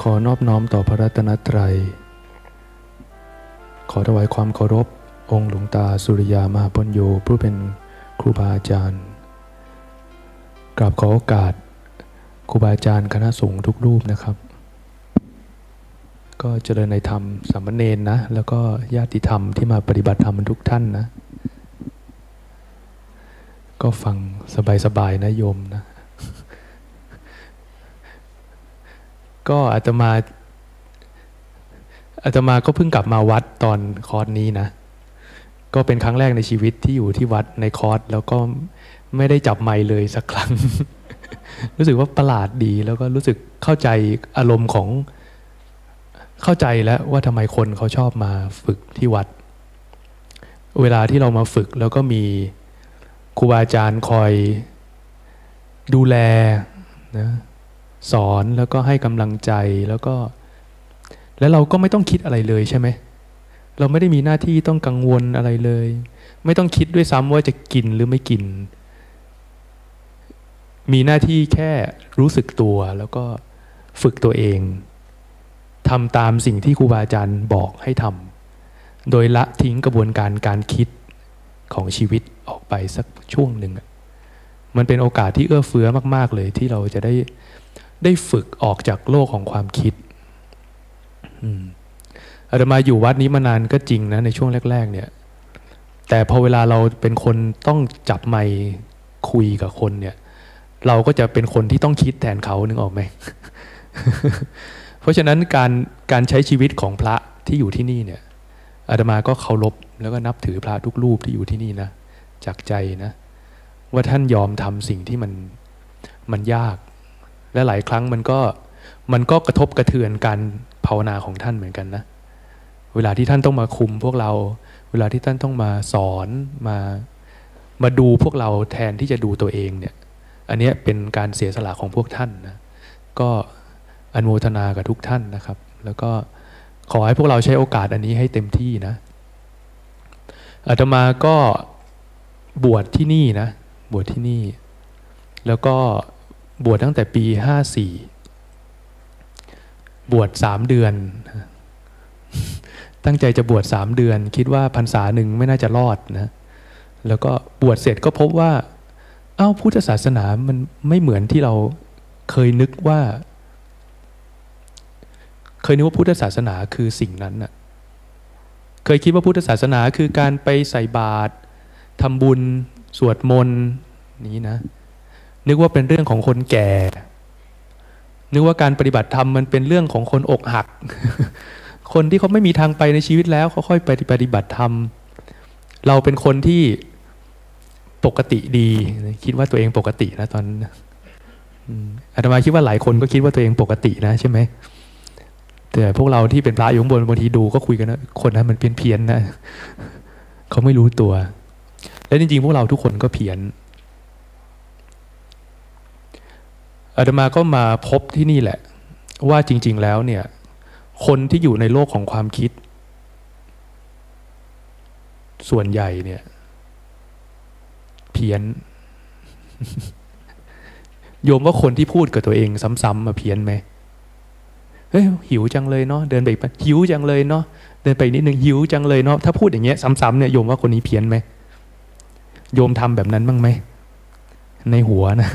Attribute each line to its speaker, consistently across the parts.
Speaker 1: ขอนอบน้อมต่อพระรัตนตรัยขอถวายความเคารพองค์หลวงตาสุริยามหาปัญโยผู้เป็นครูบาอาจารย์กราบขอโอกาสครูบาอาจารย์คณะสงฆ์ทุกรูปนะครับก็เจริญในธรรมสามเณรนะแล้วก็ญาติธรรมที่มาปฏิบัติธรรมทุกท่านนะก็ฟังสบายๆนะโยมนะก็อาตมาก็เพิ่งกลับมาวัดตอนคอร์สนี้นะก็เป็นครั้งแรกในชีวิตที่อยู่ที่วัดในคอร์สแล้วก็ไม่ได้จับไมค์เลยสักครั้ง รู้สึกว่าประหลาดดีแล้วก็รู้สึกเข้าใจอารมณ์ของเข้าใจแล้วว่าทำไมคนเขาชอบมาฝึกที่วัดเวลาที่เรามาฝึกแล้วก็มีครูบาอาจารย์คอยดูแลนะสอนแล้วก็ให้กำลังใจแล้วเราก็ไม่ต้องคิดอะไรเลยใช่ไหมเราไม่ได้มีหน้าที่ต้องกังวลอะไรเลยไม่ต้องคิดด้วยซ้ำว่าจะกินหรือไม่กินมีหน้าที่แค่รู้สึกตัวแล้วก็ฝึกตัวเองทำตามสิ่งที่ครูบาอาจารย์บอกให้ทำโดยละทิ้งกระบวนการคิดของชีวิตออกไปสักช่วงหนึ่งมันเป็นโอกาสที่เอื้อเฟื้อมากๆเลยที่เราจะได้ฝึกออกจากโลกของความคิดอาตมาอยู่วัดนี้มานานก็จริงนะในช่วงแรกๆเนี่ยแต่พอเวลาเราเป็นคนต้องจับไมค์คุยกับคนเนี่ยเราก็จะเป็นคนที่ต้องคิดแทนเขานึกออกไหม เพราะฉะนั้นการใช้ชีวิตของพระที่อยู่ที่นี่เนี่ยอาตมาก็เคารพแล้วก็นับถือพระทุกรูปที่อยู่ที่นี่นะจากใจนะว่าท่านยอมทำสิ่งที่มันยากและหลายครั้งมันก็กระทบกระเทือนการภาวนาของท่านเหมือนกันนะเวลาที่ท่านต้องมาคุมพวกเราเวลาที่ท่านต้องมาสอนมาดูพวกเราแทนที่จะดูตัวเองเนี่ยอันนี้เป็นการเสียสละของพวกท่านนะก็อนุโมทนากับทุกท่านนะครับแล้วก็ขอให้พวกเราใช้โอกาสอันนี้ให้เต็มที่นะอาตมาก็บวชที่นี่นะบวชที่นี่แล้วก็บวชตั้งแต่ปี54บวช3เดือนตั้งใจจะบวช3เดือนคิดว่าพรรษาหนึ่งไม่น่าจะรอดนะแล้วก็บวชเสร็จก็พบว่าพุทธศาสนามันไม่เหมือนที่เราเคยนึกว่าพุทธศาสนาคือสิ่งนั้นน่ะเคยคิดว่าพุทธศาสนาคือการไปใส่บาตรทำบุญสวดมนต์นี้นะนึกว่าเป็นเรื่องของคนแก่นึกว่าการปฏิบัติธรรมมันเป็นเรื่องของคนอกหัก คนที่เขาไม่มีทางไปในชีวิตแล้วเขาค่อยไปปฏิบัติธรรมเราเป็นคนที่ปกติดีคิดว่าตัวเองปกตินะตอนอาตมาคิดว่าหลายคนก็คิดว่าตัวเองปกตินะใช่ไหมแต่พวกเราที่เป็นพระอยู่ข้างบนบางทีดูก็คุยกันนะคนนั้นมันเพี้ยนนะเขาไม่รู้ตัวและจริงๆพวกเราทุกคนก็เพี้ยนอาตมาก็มาพบที่นี่แหละว่าจริงๆแล้วเนี่ยคนที่อยู่ในโลกของความคิดส่วนใหญ่เนี่ยเพี้ยน โยมว่าคนที่พูดกับตัวเองซ้ำๆมาเพี้ยนไหมเฮ้ยหิวจังเลยเนาะเดินไปหิวจังเลยเนาะเดินไปนิดนึงหิวจังเลยเนาะถ้าพูดอย่างเงี้ยซ้ำๆเนี่ยโยมว่าคนนี้เพี้ยนไหมโยมทำแบบนั้นบ้างไหมในหัวนะ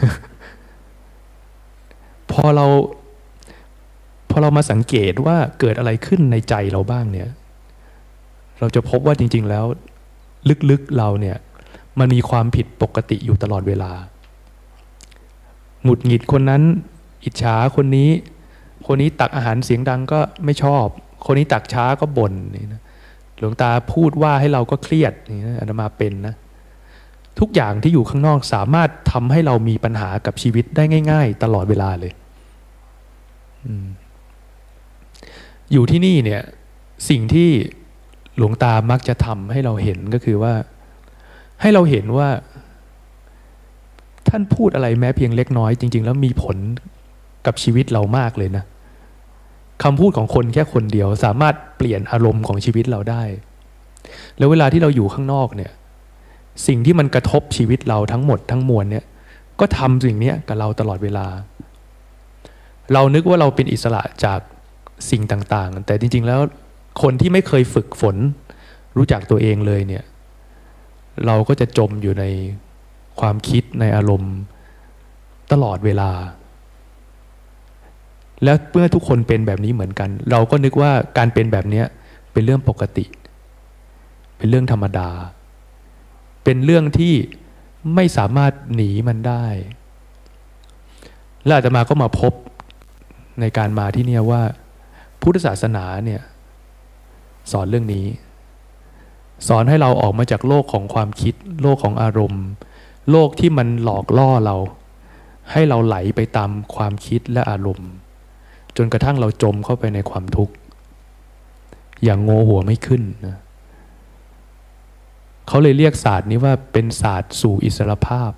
Speaker 1: พอเรามาสังเกตว่าเกิดอะไรขึ้นในใจเราบ้างเนี่ยเราจะพบว่าจริงๆแล้วลึกๆเราเนี่ยมันมีความผิดปกติอยู่ตลอดเวลาหงุดหงิดคนนั้นอิจฉาคนนี้ตักอาหารเสียงดังก็ไม่ชอบคนนี้ตักช้าก็บ่นนี่นะหลวงตาพูดว่าให้เราก็เครียดนี่นะอาตมาเป็นนะทุกอย่างที่อยู่ข้างนอกสามารถทำให้เรามีปัญหากับชีวิตได้ง่ายๆตลอดเวลาเลยอยู่ที่นี่เนี่ยสิ่งที่หลวงตามักจะทำให้เราเห็นก็คือว่าให้เราเห็นว่าท่านพูดอะไรแม้เพียงเล็กน้อยจริงๆแล้วมีผลกับชีวิตเรามากเลยนะคำพูดของคนแค่คนเดียวสามารถเปลี่ยนอารมณ์ของชีวิตเราได้แล้วเวลาที่เราอยู่ข้างนอกเนี่ยสิ่งที่มันกระทบชีวิตเราทั้งหมดทั้งมวลเนี่ยก็ทำสิ่งนี้กับเราตลอดเวลาเรานึกว่าเราเป็นอิสระจากสิ่งต่างๆแต่จริงๆแล้วคนที่ไม่เคยฝึกฝนรู้จักตัวเองเลยเนี่ยเราก็จะจมอยู่ในความคิดในอารมณ์ตลอดเวลาแล้วเมื่อทุกคนเป็นแบบนี้เหมือนกันเราก็นึกว่าการเป็นแบบนี้เป็นเรื่องปกติเป็นเรื่องธรรมดาเป็นเรื่องที่ไม่สามารถหนีมันได้แล้วอาตมาก็มาพบในการมาที่นี่ว่าพุทธศาสนาเนี่ยสอนเรื่องนี้สอนให้เราออกมาจากโลกของความคิดโลกของอารมณ์โลกที่มันหลอกล่อเราให้เราไหลไปตามความคิดและอารมณ์จนกระทั่งเราจมเข้าไปในความทุกข์อย่างโง่หัวไม่ขึ้นนะเขาเลยเรียกศาสตร์นี้ว่าเป็นศาสตร์สู่อิสรภาพ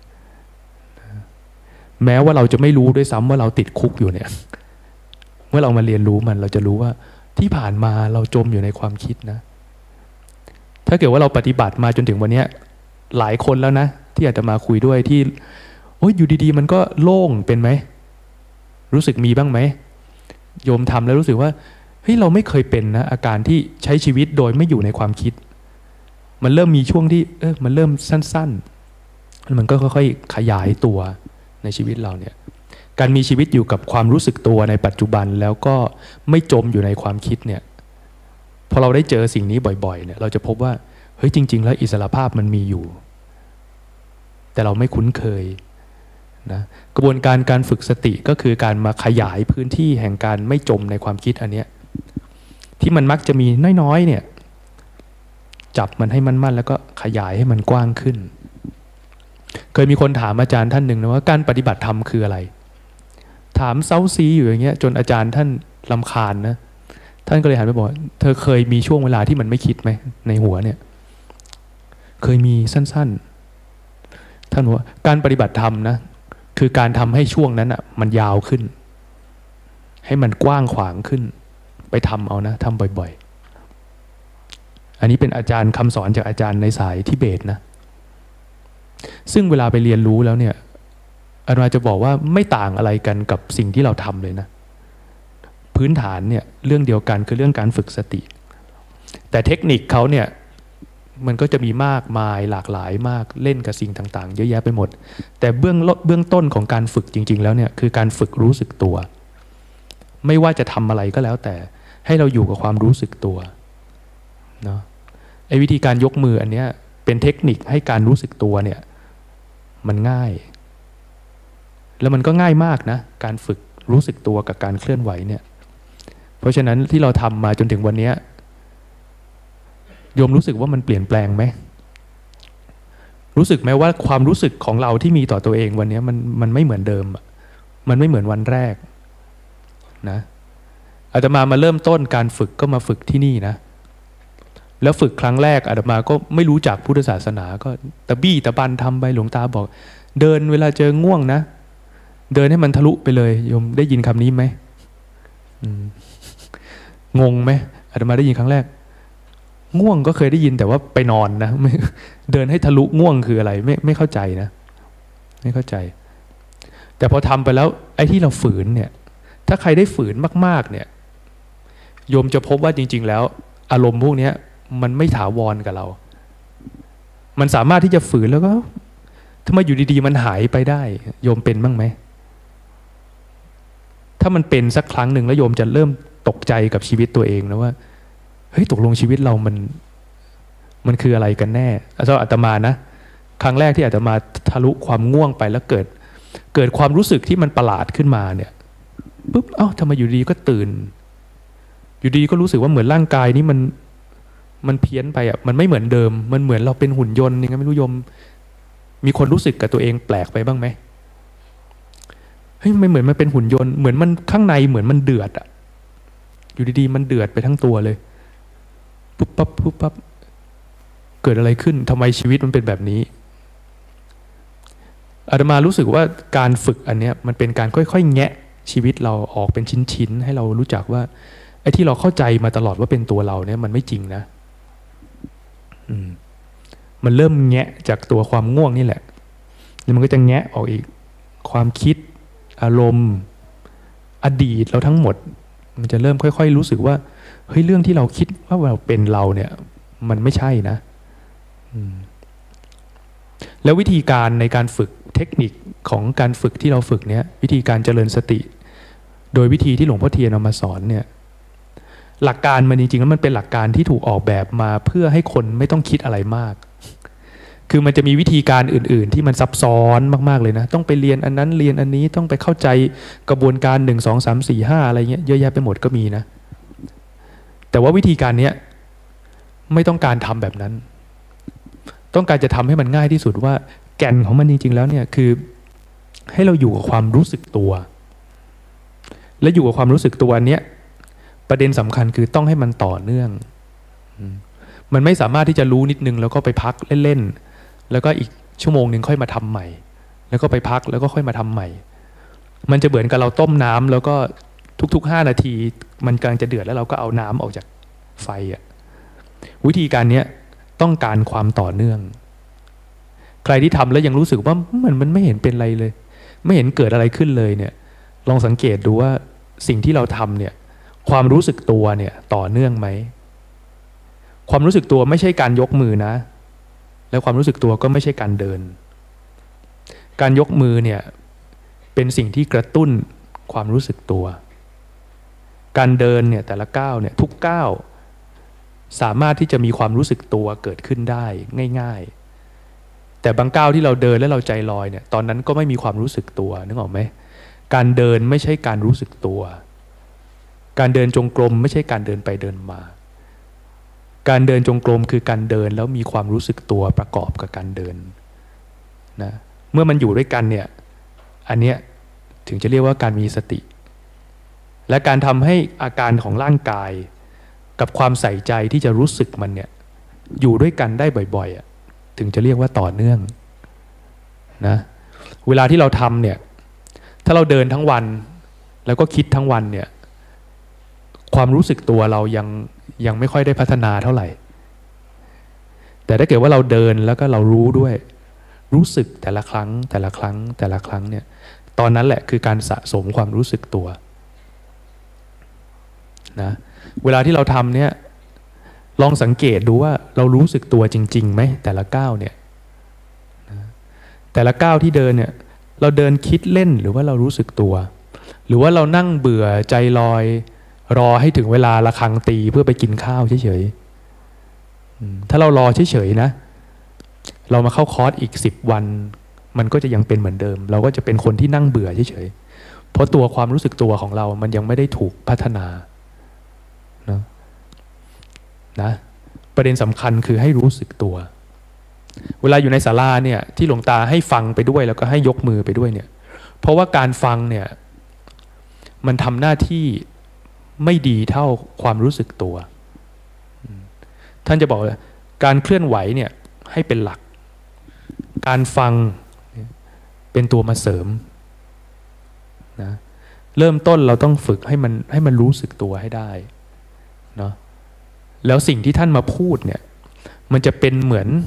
Speaker 1: แม้ว่าเราจะไม่รู้ด้วยซ้ำว่าเราติดคุกอยู่เนี่ยเมื่อเรามาเรียนรู้มันเราจะรู้ว่าที่ผ่านมาเราจมอยู่ในความคิดนะถ้าเกิดว่าเราปฏิบัติมาจนถึงวันนี้หลายคนแล้วนะที่อาจจะมาคุยด้วยที่โอ้ยอยู่ดีๆมันก็โล่งเป็นไหมรู้สึกมีบ้างไหมโยมทำแล้วรู้สึกว่าเฮ้ยเราไม่เคยเป็นนะอาการที่ใช้ชีวิตโดยไม่อยู่ในความคิดมันเริ่มมีช่วงที่มันเริ่มสั้นๆแล้วมันก็ค่อยๆขยายตัวในชีวิตเราเนี่ยการมีชีวิตอยู่กับความรู้สึกตัวในปัจจุบันแล้วก็ไม่จมอยู่ในความคิดเนี่ยพอเราได้เจอสิ่งนี้บ่อยๆเนี่ยเราจะพบว่าเฮ้ยจริงๆแล้วอิสรภาพมันมีอยู่แต่เราไม่คุ้นเคยนะกระบวนการฝึกสติก็คือการมาขยายพื้นที่แห่งการไม่จมในความคิดอันเนี้ยที่มันมักจะมีน้อยๆเนี่ยจับมันให้มั่นๆแล้วก็ขยายให้มันกว้างขึ้นเคยมีคนถามอาจารย์ท่านหนึ่งนะว่าการปฏิบัติธรรมคืออะไรถามเซ้าซีอยู่อย่างเงี้ยจนอาจารย์ท่านรำคาญนะท่านก็เลยหันไปบอกเธอเคยมีช่วงเวลาที่มันไม่คิดไหมในหัวเนี่ยเคยมีสั้นๆท่านบอกว่าการปฏิบัติธรรมนะคือการทำให้ช่วงนั้นอ่ะมันยาวขึ้นให้มันกว้างขวางขึ้นไปทำเอานะทำบ่อยๆอันนี้เป็นอาจารย์คำสอนจากอาจารย์ในสายทิเบตนะซึ่งเวลาไปเรียนรู้แล้วเนี่ยอาจารย์จะบอกว่าไม่ต่างอะไรกันกับสิ่งที่เราทำเลยนะพื้นฐานเนี่ยเรื่องเดียวกันคือเรื่องการฝึกสติแต่เทคนิคเขาเนี่ยมันก็จะมีมากมายหลากหลายมากเล่นกับสิ่งต่างๆเยอะแยะไปหมดแต่เบื้องต้นของการฝึกจริงๆแล้วเนี่ยคือการฝึกรู้สึกตัวไม่ว่าจะทำอะไรก็แล้วแต่ให้เราอยู่กับความรู้สึกตัวเนาะไอ้วิธีการยกมืออันเนี้ยเป็นเทคนิคให้การรู้สึกตัวเนี่ยมันง่ายแล้วมันก็ง่ายมากนะการฝึกรู้สึกตัวกับการเคลื่อนไหวเนี่ยเพราะฉะนั้นที่เราทำมาจนถึงวันนี้โยมรู้สึกว่ามันเปลี่ยนแปลงไหมรู้สึกไหมว่าความรู้สึกของเราที่มีต่อตัวเองวันนี้มันไม่เหมือนเดิมมันไม่เหมือนวันแรกนะอาตมาเริ่มต้นการฝึกก็มาฝึกที่นี่นะแล้วฝึกครั้งแรกอาตมาก็ไม่รู้จักพุทธศาสนาก็ตะบี้ตะบันทำไปหลวงตาบอกเดินเวลาเจอง่วงนะเดินให้มันทะลุไปเลยโยมได้ยินคำนี้ไหมงงไหมอาตมาได้ยินครั้งแรกง่วงก็เคยได้ยินแต่ว่าไปนอนนะเดินให้ทะลุง่วงคืออะไรไม่เข้าใจนะไม่เข้าใจแต่พอทำไปแล้วไอ้ที่เราฝืนเนี่ยถ้าใครได้ฝืนมากๆเนี่ยโยมจะพบว่าจริงๆแล้วอารมณ์พวกนี้มันไม่ถาวรกับเรามันสามารถที่จะฝืนแล้วก็ถ้ามาอยู่ดีๆมันหายไปได้โยมเป็นบ้างไหมถ้ามันเป็นสักครั้งหนึ่งแล้วโยมจะเริ่มตกใจกับชีวิตตัวเองนะว่าเฮ้ยตกลงชีวิตเรามันคืออะไรกันแน่อาตมานะครั้งแรกที่อาตมาทะลุความง่วงไปแล้วเกิดความรู้สึกที่มันประหลาดขึ้นมาเนี่ยปุ๊บเอ้าทำไมอยู่ดีก็ตื่นอยู่ดีก็รู้สึกว่าเหมือนร่างกายนี้มันเพี้ยนไปอ่ะมันไม่เหมือนเดิมมันเหมือนเราเป็นหุ่นยนต์ยังไงไม่รู้โยมมีคนรู้สึกกับตัวเองแปลกไปบ้างไหมเฮ้ยไม่เหมือนมันเป็นหุ่นยนต์เหมือนมันข้างในเหมือนมันเดือดอ่ะอยู่ดีๆมันเดือดไปทั้งตัวเลยปุ๊บปั๊บปุ๊บปั๊บเกิดอะไรขึ้นทำไมชีวิตมันเป็นแบบนี้อาตมารู้สึกว่าการฝึกอันเนี้ยมันเป็นการค่อยๆแงะชีวิตเราออกเป็นชิ้นๆให้เรารู้จักว่าไอ้ที่เราเข้าใจมาตลอดว่าเป็นตัวเราเนี่ยมันไม่จริงนะมันเริ่มแงะจากตัวความง่วงนี่แหละแล้วมันก็จะแงะออกอีกความคิดอารมณ์อดีตเราทั้งหมดมันจะเริ่มค่อยๆรู้สึกว่าเฮ้ยเรื่องที่เราคิดว่าเราเป็นเราเนี่ยมันไม่ใช่นะแล้ววิธีการในการฝึกเทคนิคของการฝึกที่เราฝึกเนี่ยวิธีการเจริญสติโดยวิธีที่หลวงพ่อเทียนเอามาสอนเนี่ยหลักการมันจริงๆแล้วมันเป็นหลักการที่ถูกออกแบบมาเพื่อให้คนไม่ต้องคิดอะไรมากคือมันจะมีวิธีการอื่นๆที่มันซับซ้อนมากๆเลยนะต้องไปเรียนอันนั้นเรียนอันนี้ต้องไปเข้าใจกระบวนการ1 2 3 4 5อะไรเงี้ยเยอะแยะไปหมดก็มีนะแต่ว่าวิธีการนี้ไม่ต้องการทำแบบนั้นต้องการจะทำให้มันง่ายที่สุดว่าแก่นของมันจริงๆแล้วเนี่ยคือให้เราอยู่กับความรู้สึกตัวและอยู่กับความรู้สึกตัวเนี้ยประเด็นสำคัญคือต้องให้มันต่อเนื่องมันไม่สามารถที่จะรู้นิดนึงแล้วก็ไปพักเล่นๆแล้วก็อีกชั่วโมงหนึ่งค่อยมาทำใหม่แล้วก็ไปพักแล้วก็ค่อยมาทำใหม่มันจะเหมือนกับเราต้มน้ำแล้วก็ทุกๆ5 นาทีมันกำลังจะเดือดแล้วเราก็เอาน้ำออกจากไฟอ่ะวิธีการนี้ต้องการความต่อเนื่องใครที่ทำแล้วยังรู้สึกว่ามันไม่เห็นเป็นอะไรเลยไม่เห็นเกิดอะไรขึ้นเลยเนี่ยลองสังเกตดูว่าสิ่งที่เราทำเนี่ยความรู้สึกตัวเนี่ยต่อเนื่องไหมความรู้สึกตัวไม่ใช่การยกมือนะแล้วความรู้สึกตัวก็ไม่ใช่การเดินการยกมือเนี่ยเป็นสิ่งที่กระตุ้นความรู้สึกตัวการเดินเนี่ยแต่ละก้าวเนี่ยทุกก้าวสามารถที่จะมีความรู้สึกตัวเกิดขึ้นได้ง่ายๆแต่บางก้าวที่เราเดินแล้วเราใจลอยเนี่ยตอนนั้นก็ไม่มีความรู้สึกตัวนึกออกไหมการเดินไม่ใช่การรู้สึกตัวการเดินจงกรมไม่ใช่การเดินไปเดินมาการเดินจงกรมคือการเดินแล้วมีความรู้สึกตัวประกอบกับการเดินนะเมื่อมันอยู่ด้วยกันเนี่ยอันเนี้ยถึงจะเรียกว่าการมีสติและการทำให้อาการของร่างกายกับความใส่ใจที่จะรู้สึกมันเนี่ยอยู่ด้วยกันได้บ่อยๆถึงจะเรียกว่าต่อเนื่องนะเวลาที่เราทำเนี่ยถ้าเราเดินทั้งวันแล้วก็คิดทั้งวันเนี่ยความรู้สึกตัวเรายังไม่ค่อยได้พัฒนาเท่าไหร่แต่ถ้าเกิดว่าเราเดินแล้วก็เรารู้ด้วยรู้สึกแต่ละครั้งเนี่ยตอนนั้นแหละคือการสะสมความรู้สึกตัวนะเวลาที่เราทำเนี่ยลองสังเกตดูว่าเรารู้สึกตัวจริงๆไหมแต่ละก้าวเนี่ยนะแต่ละก้าวที่เดินเนี่ยเราเดินคิดเล่นหรือว่าเรารู้สึกตัวหรือว่าเรานั่งเบื่อใจลอยรอให้ถึงเวลาระฆังตีเพื่อไปกินข้าวเฉยๆถ้าเรารอเฉยๆนะเรามาเข้าคอร์สอีก10 วันมันก็จะยังเป็นเหมือนเดิมเราก็จะเป็นคนที่นั่งเบื่อเฉยๆเพราะตัวความรู้สึกตัวของเรามันยังไม่ได้ถูกพัฒนานะประเด็นสำคัญคือให้รู้สึกตัวเวลาอยู่ในศาลาเนี่ยที่หลวงตาให้ฟังไปด้วยแล้วก็ให้ยกมือไปด้วยเนี่ยเพราะว่าการฟังเนี่ยมันทำหน้าที่ไม่ดีเท่าความรู้สึกตัวท่านจะบอกว่าการเคลื่อนไหวเนี่ยให้เป็นหลักการฟังเป็นตัวมาเสริมนะเริ่มต้นเราต้องฝึกให้มันรู้สึกตัวให้ได้เนาะแล้วสิ่งที่ท่านมาพูดเนี่ยมันจะเป็นเหมือน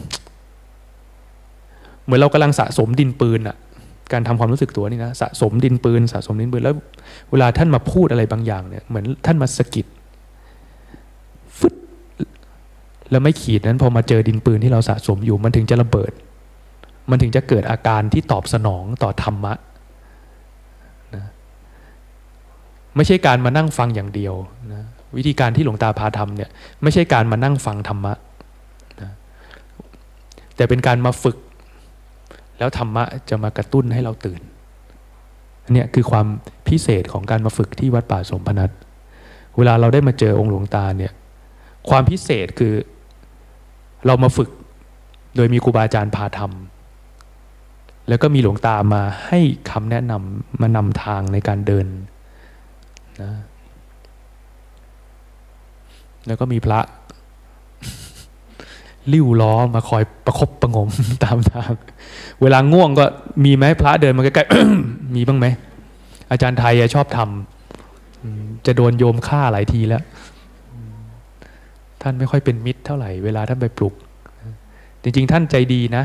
Speaker 1: เรากำลังสะสมดินปืนอะการทำความรู้สึกตัวนี่นะสะสมดินปืนแล้วเวลาท่านมาพูดอะไรบางอย่างเนี่ยเหมือนท่านมาสะกิดฟึดแล้วไม่ขีดนั้นพอมาเจอดินปืนที่เราสะสมอยู่มันถึงจะระเบิดมันถึงจะเกิดอาการที่ตอบสนองต่อธรรมะนะไม่ใช่การมานั่งฟังอย่างเดียวนะวิธีการที่หลวงตาพาทำเนี่ยไม่ใช่การมานั่งฟังธรรมะนะแต่เป็นการมาฝึกแล้วธรรมะจะมากระตุ้นให้เราตื่นเนี่ยคือความพิเศษของการมาฝึกที่วัดป่าสมภนัสเวลาเราได้มาเจอองค์หลวงตาเนี่ยความพิเศษคือเรามาฝึกโดยมีครูบาอาจารย์พาทำแล้วก็มีหลวงตามาให้คำแนะนำมานำทางในการเดินนะแล้วก็มีพระลิ้วล้อมาคอยประคบประงมตามทางเวลาง่วงก็มีไหมพระเดินมาใกล้ๆ มีบ้างไหมอาจารย์ไทยชอบทำจะโดนโยมฆ่าหลายทีแล้วท่านไม่ค่อยเป็นมิตรเท่าไหร่เวลาท่านไปปลุกจริงๆท่านใจดีนะ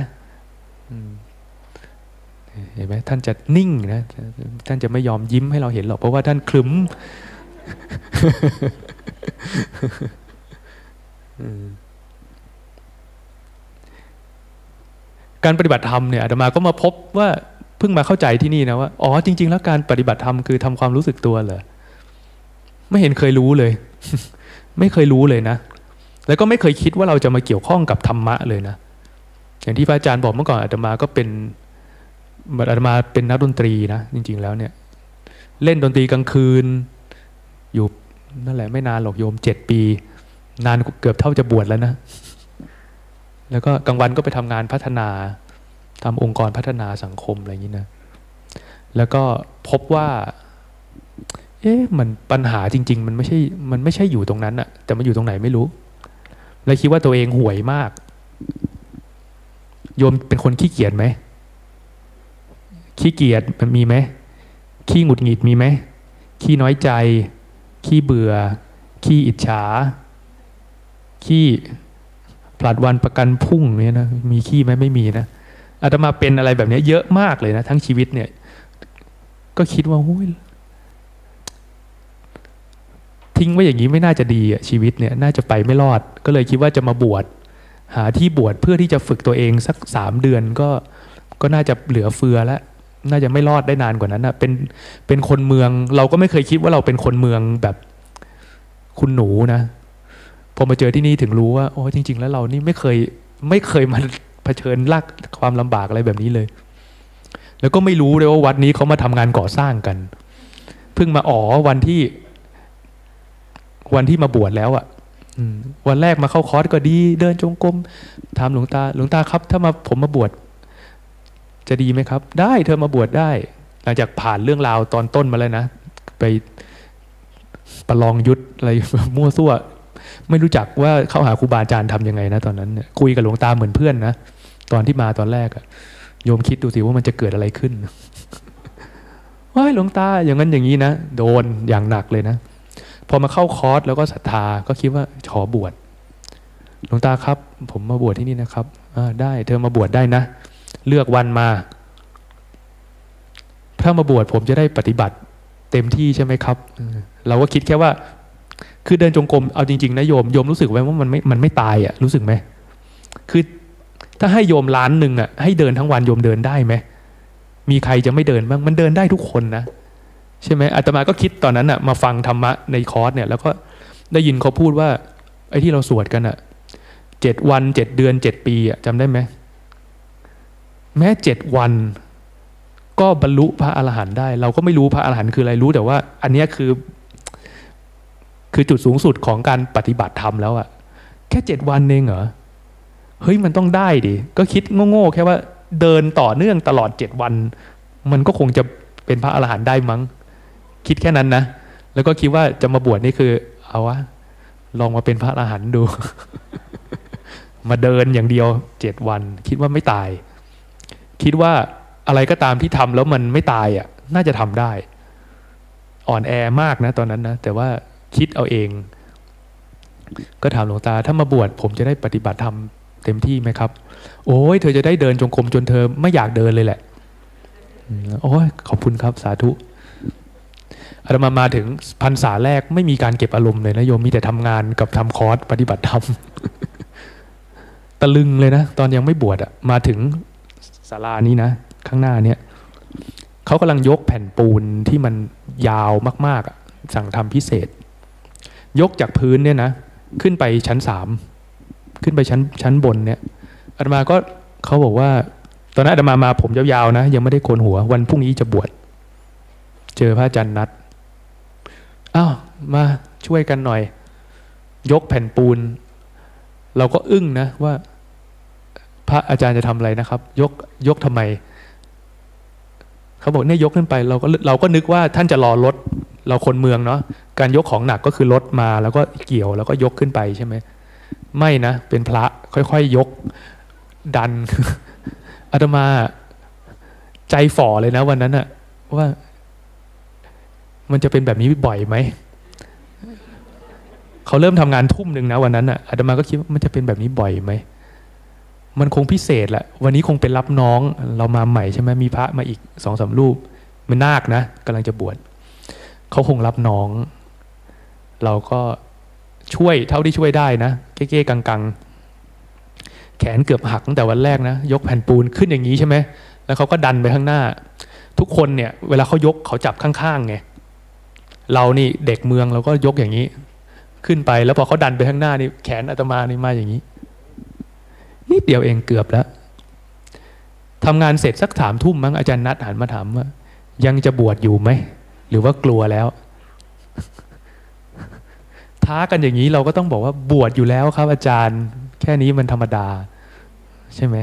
Speaker 1: เห็นไหมท่านจะนิ่งนะท่านจะไม่ยอมยิ้มให้เราเห็นหรอกเพราะว่าท่านคลึ้มการปฏิบัติธรรมเนี่ยอาตมาก็มาพบว่าเพิ่งมาเข้าใจที่นี่นะว่าอ๋อจริงๆแล้วการปฏิบัติธรรมคือทำความรู้สึกตัวเหรอไม่เห็นเคยรู้เลย ไม่เคยรู้เลยนะแล้วก็ไม่เคยคิดว่าเราจะมาเกี่ยวข้องกับธรรมะเลยนะอย่างที่พระอาจารย์บอกเมื่อก่อนอาตมาก็เป็นอาตมาเป็นนักดนตรีนะจริงๆแล้วเนี่ยเล่นดนตรีกลางคืนอยู่นั่นแหละไม่นานหรอกโยม7 ปีนานเกือบเท่าจะบวชแล้วนะแล้วก็กลางวันก็ไปทำงานพัฒนาทำองค์กรพัฒนาสังคมอะไรอย่างนี้นะแล้วก็พบว่ามันปัญหาจริงๆมันไม่ใช่อยู่ตรงนั้นอะแต่มันอยู่ตรงไหนไม่รู้แล้วคิดว่าตัวเองห่วยมากโยมเป็นคนขี้เกียจไหมขี้เกียจมันมีไหมขี้หงุดหงิดมีไหมขี้น้อยใจขี้เบื่อขี้อิจฉาขี้ผลัดวันประกันพรุ่งเนี่ยนะมีขี้ไหมไม่มีนะอาตมาเป็นอะไรแบบนี้เยอะมากเลยนะทั้งชีวิตเนี่ยก็คิดว่าโอ้ยทิ้งไว้อย่างนี้ไม่น่าจะดีอ่ะชีวิตเนี่ยน่าจะไปไม่รอดก็เลยคิดว่าจะมาบวชหาที่บวชเพื่อที่จะฝึกตัวเองสัก3 เดือนก็น่าจะเหลือเฟือแล้วน่าจะไม่รอดได้นานกว่านั้นนะเป็นคนเมืองเราก็ไม่เคยคิดว่าเราเป็นคนเมืองแบบคุณหนูนะพอมาเจอที่นี่ถึงรู้ว่าโอ้จริงๆแล้วเรานี่ไม่เคยมาเผชิญลากความลำบากอะไรแบบนี้เลยแล้วก็ไม่รู้เลยว่าวัดนี้เขามาทำงานก่อสร้างกันเพิ่งมาวันที่มาบวชแล้วอ่ะวันแรกมาเข้าคอร์สก็ดีเดินจงกรมถามหลวงตาครับถ้าผมมาบวชจะดีไหมครับได้เธอมาบวชได้หลังจากผ่านเรื่องราวตอนต้นมาแล้วนะไปประลองยุทธอะไรมั่วซั่วไม่รู้จักว่าเข้าหาครูบาอาจารย์ทำยังไงนะตอนนั้นเนี่ยคุยกับหลวงตาเหมือนเพื่อนนะตอนที่มาตอนแรกอะโยมคิดดูสิว่ามันจะเกิดอะไรขึ้นว้ายหลวงตาอย่างนั้นอย่างนี้นะโดนอย่างหนักเลยนะพอมาเข้าคอร์สแล้วก็ศรัทธาก็คิดว่าขอบวชหลวงตาครับผมมาบวชที่นี่นะครับได้เธอมาบวชได้นะเลือกวันมาถ้ามาบวชผมจะได้ปฏิบัติเต็มที่ใช่ไหมครับเราก็คิดแค่ว่าคือเดินจงกรมเอาจริงๆนะโยมรู้สึกไว้ว่ามันไม่ตายอ่ะรู้สึกไหมคือถ้าให้โยม1,000,000อ่ะให้เดินทั้งวันโยมเดินได้ไหมมีใครจะไม่เดินบ้างมันเดินได้ทุกคนนะใช่ไหมอาตมาก็คิดตอนนั้นอ่ะมาฟังธรรมะในคอร์สเนี่ยแล้วก็ได้ยินเขาพูดว่าไอ้ที่เราสวดกันอ่ะ7 วัน7 เดือน7 ปีอ่ะจำได้ไหมแม้7 วันก็บรรลุพระอรหันต์ได้เราก็ไม่รู้พระอรหันต์คืออะไรรู้แต่ว่าอันนี้คือจุดสูงสุดของการปฏิบัติธรรมแล้วอะแค่7 วันเองเหรอเฮ้ยมันต้องได้ดิก็คิดโง่ๆแค่ว่าเดินต่อเนื่องตลอด7 วันมันก็คงจะเป็นพระอรหันต์ได้มั้งคิดแค่นั้นนะแล้วก็คิดว่าจะมาบวชนี่คือเอาวะลองมาเป็นพระอรหันต์ดู มาเดินอย่างเดียว7 วันคิดว่าไม่ตายคิดว่าอะไรก็ตามที่ทำแล้วมันไม่ตายอ่ะน่าจะทำได้อ่อนแอมากนะตอนนั้นนะแต่ว่าคิดเอาเองก็ถามหลวงตาถ้ามาบวชผมจะได้ปฏิบัติธรรมเต็มที่ไหมครับโอ้ยเธอจะได้เดินจงกรมจนเธอไม่อยากเดินเลยแหละโอ้ยขอบคุณครับสาธุอาตมาถึงพรรษาแรกไม่มีการเก็บอารมณ์เลยนะโยมมีแต่ทำงานกับทำคอร์สปฏิบัติธรรม ตะลึงเลยนะตอนยังไม่บวชอ่ะมาถึงศาลานี้นะข้างหน้าเนี่ยเขากำลังยกแผ่นปูนที่มันยาวมากๆสั่งทำพิเศษยกจากพื้นเนี่ยนะขึ้นไปชั้น3ขึ้นไปชั้นบนเนี่ยอาตมาก็เขาบอกว่าตอนนั้นอาตมาผมยาวๆนะยังไม่ได้โกนหัววันพรุ่งนี้จะบวชเจอพระอาจารย์นัดอ้าวมาช่วยกันหน่อยยกแผ่นปูนเราก็อึ้งนะว่าพระอาจารย์จะทำอะไรนะครับยกทำไมเขาบอกเนี่ยยกขึ้นไปเราก็นึกว่าท่านจะรอรถเราคนเมืองเนาะการยกของหนักก็คือรถมาแล้วก็เกี่ยวแล้วก็ยกขึ้นไปใช่ไหมไม่นะเป็นพระค่อยๆยกดัน อาตมาใจฝ่อเลยนะวันนั้นอะว่ามันจะเป็นแบบนี้บ่อยไหมเขาเริ่มทำงาน1 ทุ่มนะวันนั้นอะอาตมาก็คิดว่ามันจะเป็นแบบนี้บ่อยไหมมันคงพิเศษแหละวันนี้คงเป็นรับน้องเรามาใหม่ใช่ไหมมีพระมาอีก2-3 รูปมันนาคนะกำลังจะบวชเขาคงรับน้องเราก็ช่วยเท่าที่ช่วยได้นะเก้ๆกังๆแขนเกือบหักตั้งแต่วันแรกนะยกแผ่นปูนขึ้นอย่างนี้ใช่ไหมแล้วเขาก็ดันไปข้างหน้าทุกคนเนี่ยเวลาเขายกเขาจับข้างๆไงเรานี่เด็กเมืองเราก็ยกอย่างนี้ขึ้นไปแล้วพอเขาดันไปข้างหน้านี่แขนอาตมานี่มาอย่างนี้นิดเดียวเองเกือบแล้วทำงานเสร็จสัก3 ทุ่มมั้งอาจารย์นัดหันมาถามว่ายังจะบวชอยู่ไหมหรือว่ากลัวแล้วท้ากันอย่างนี้เราก็ต้องบอกว่าบวชอยู่แล้วครับอาจารย์แค่นี้มันธรรมดาใช่ไหม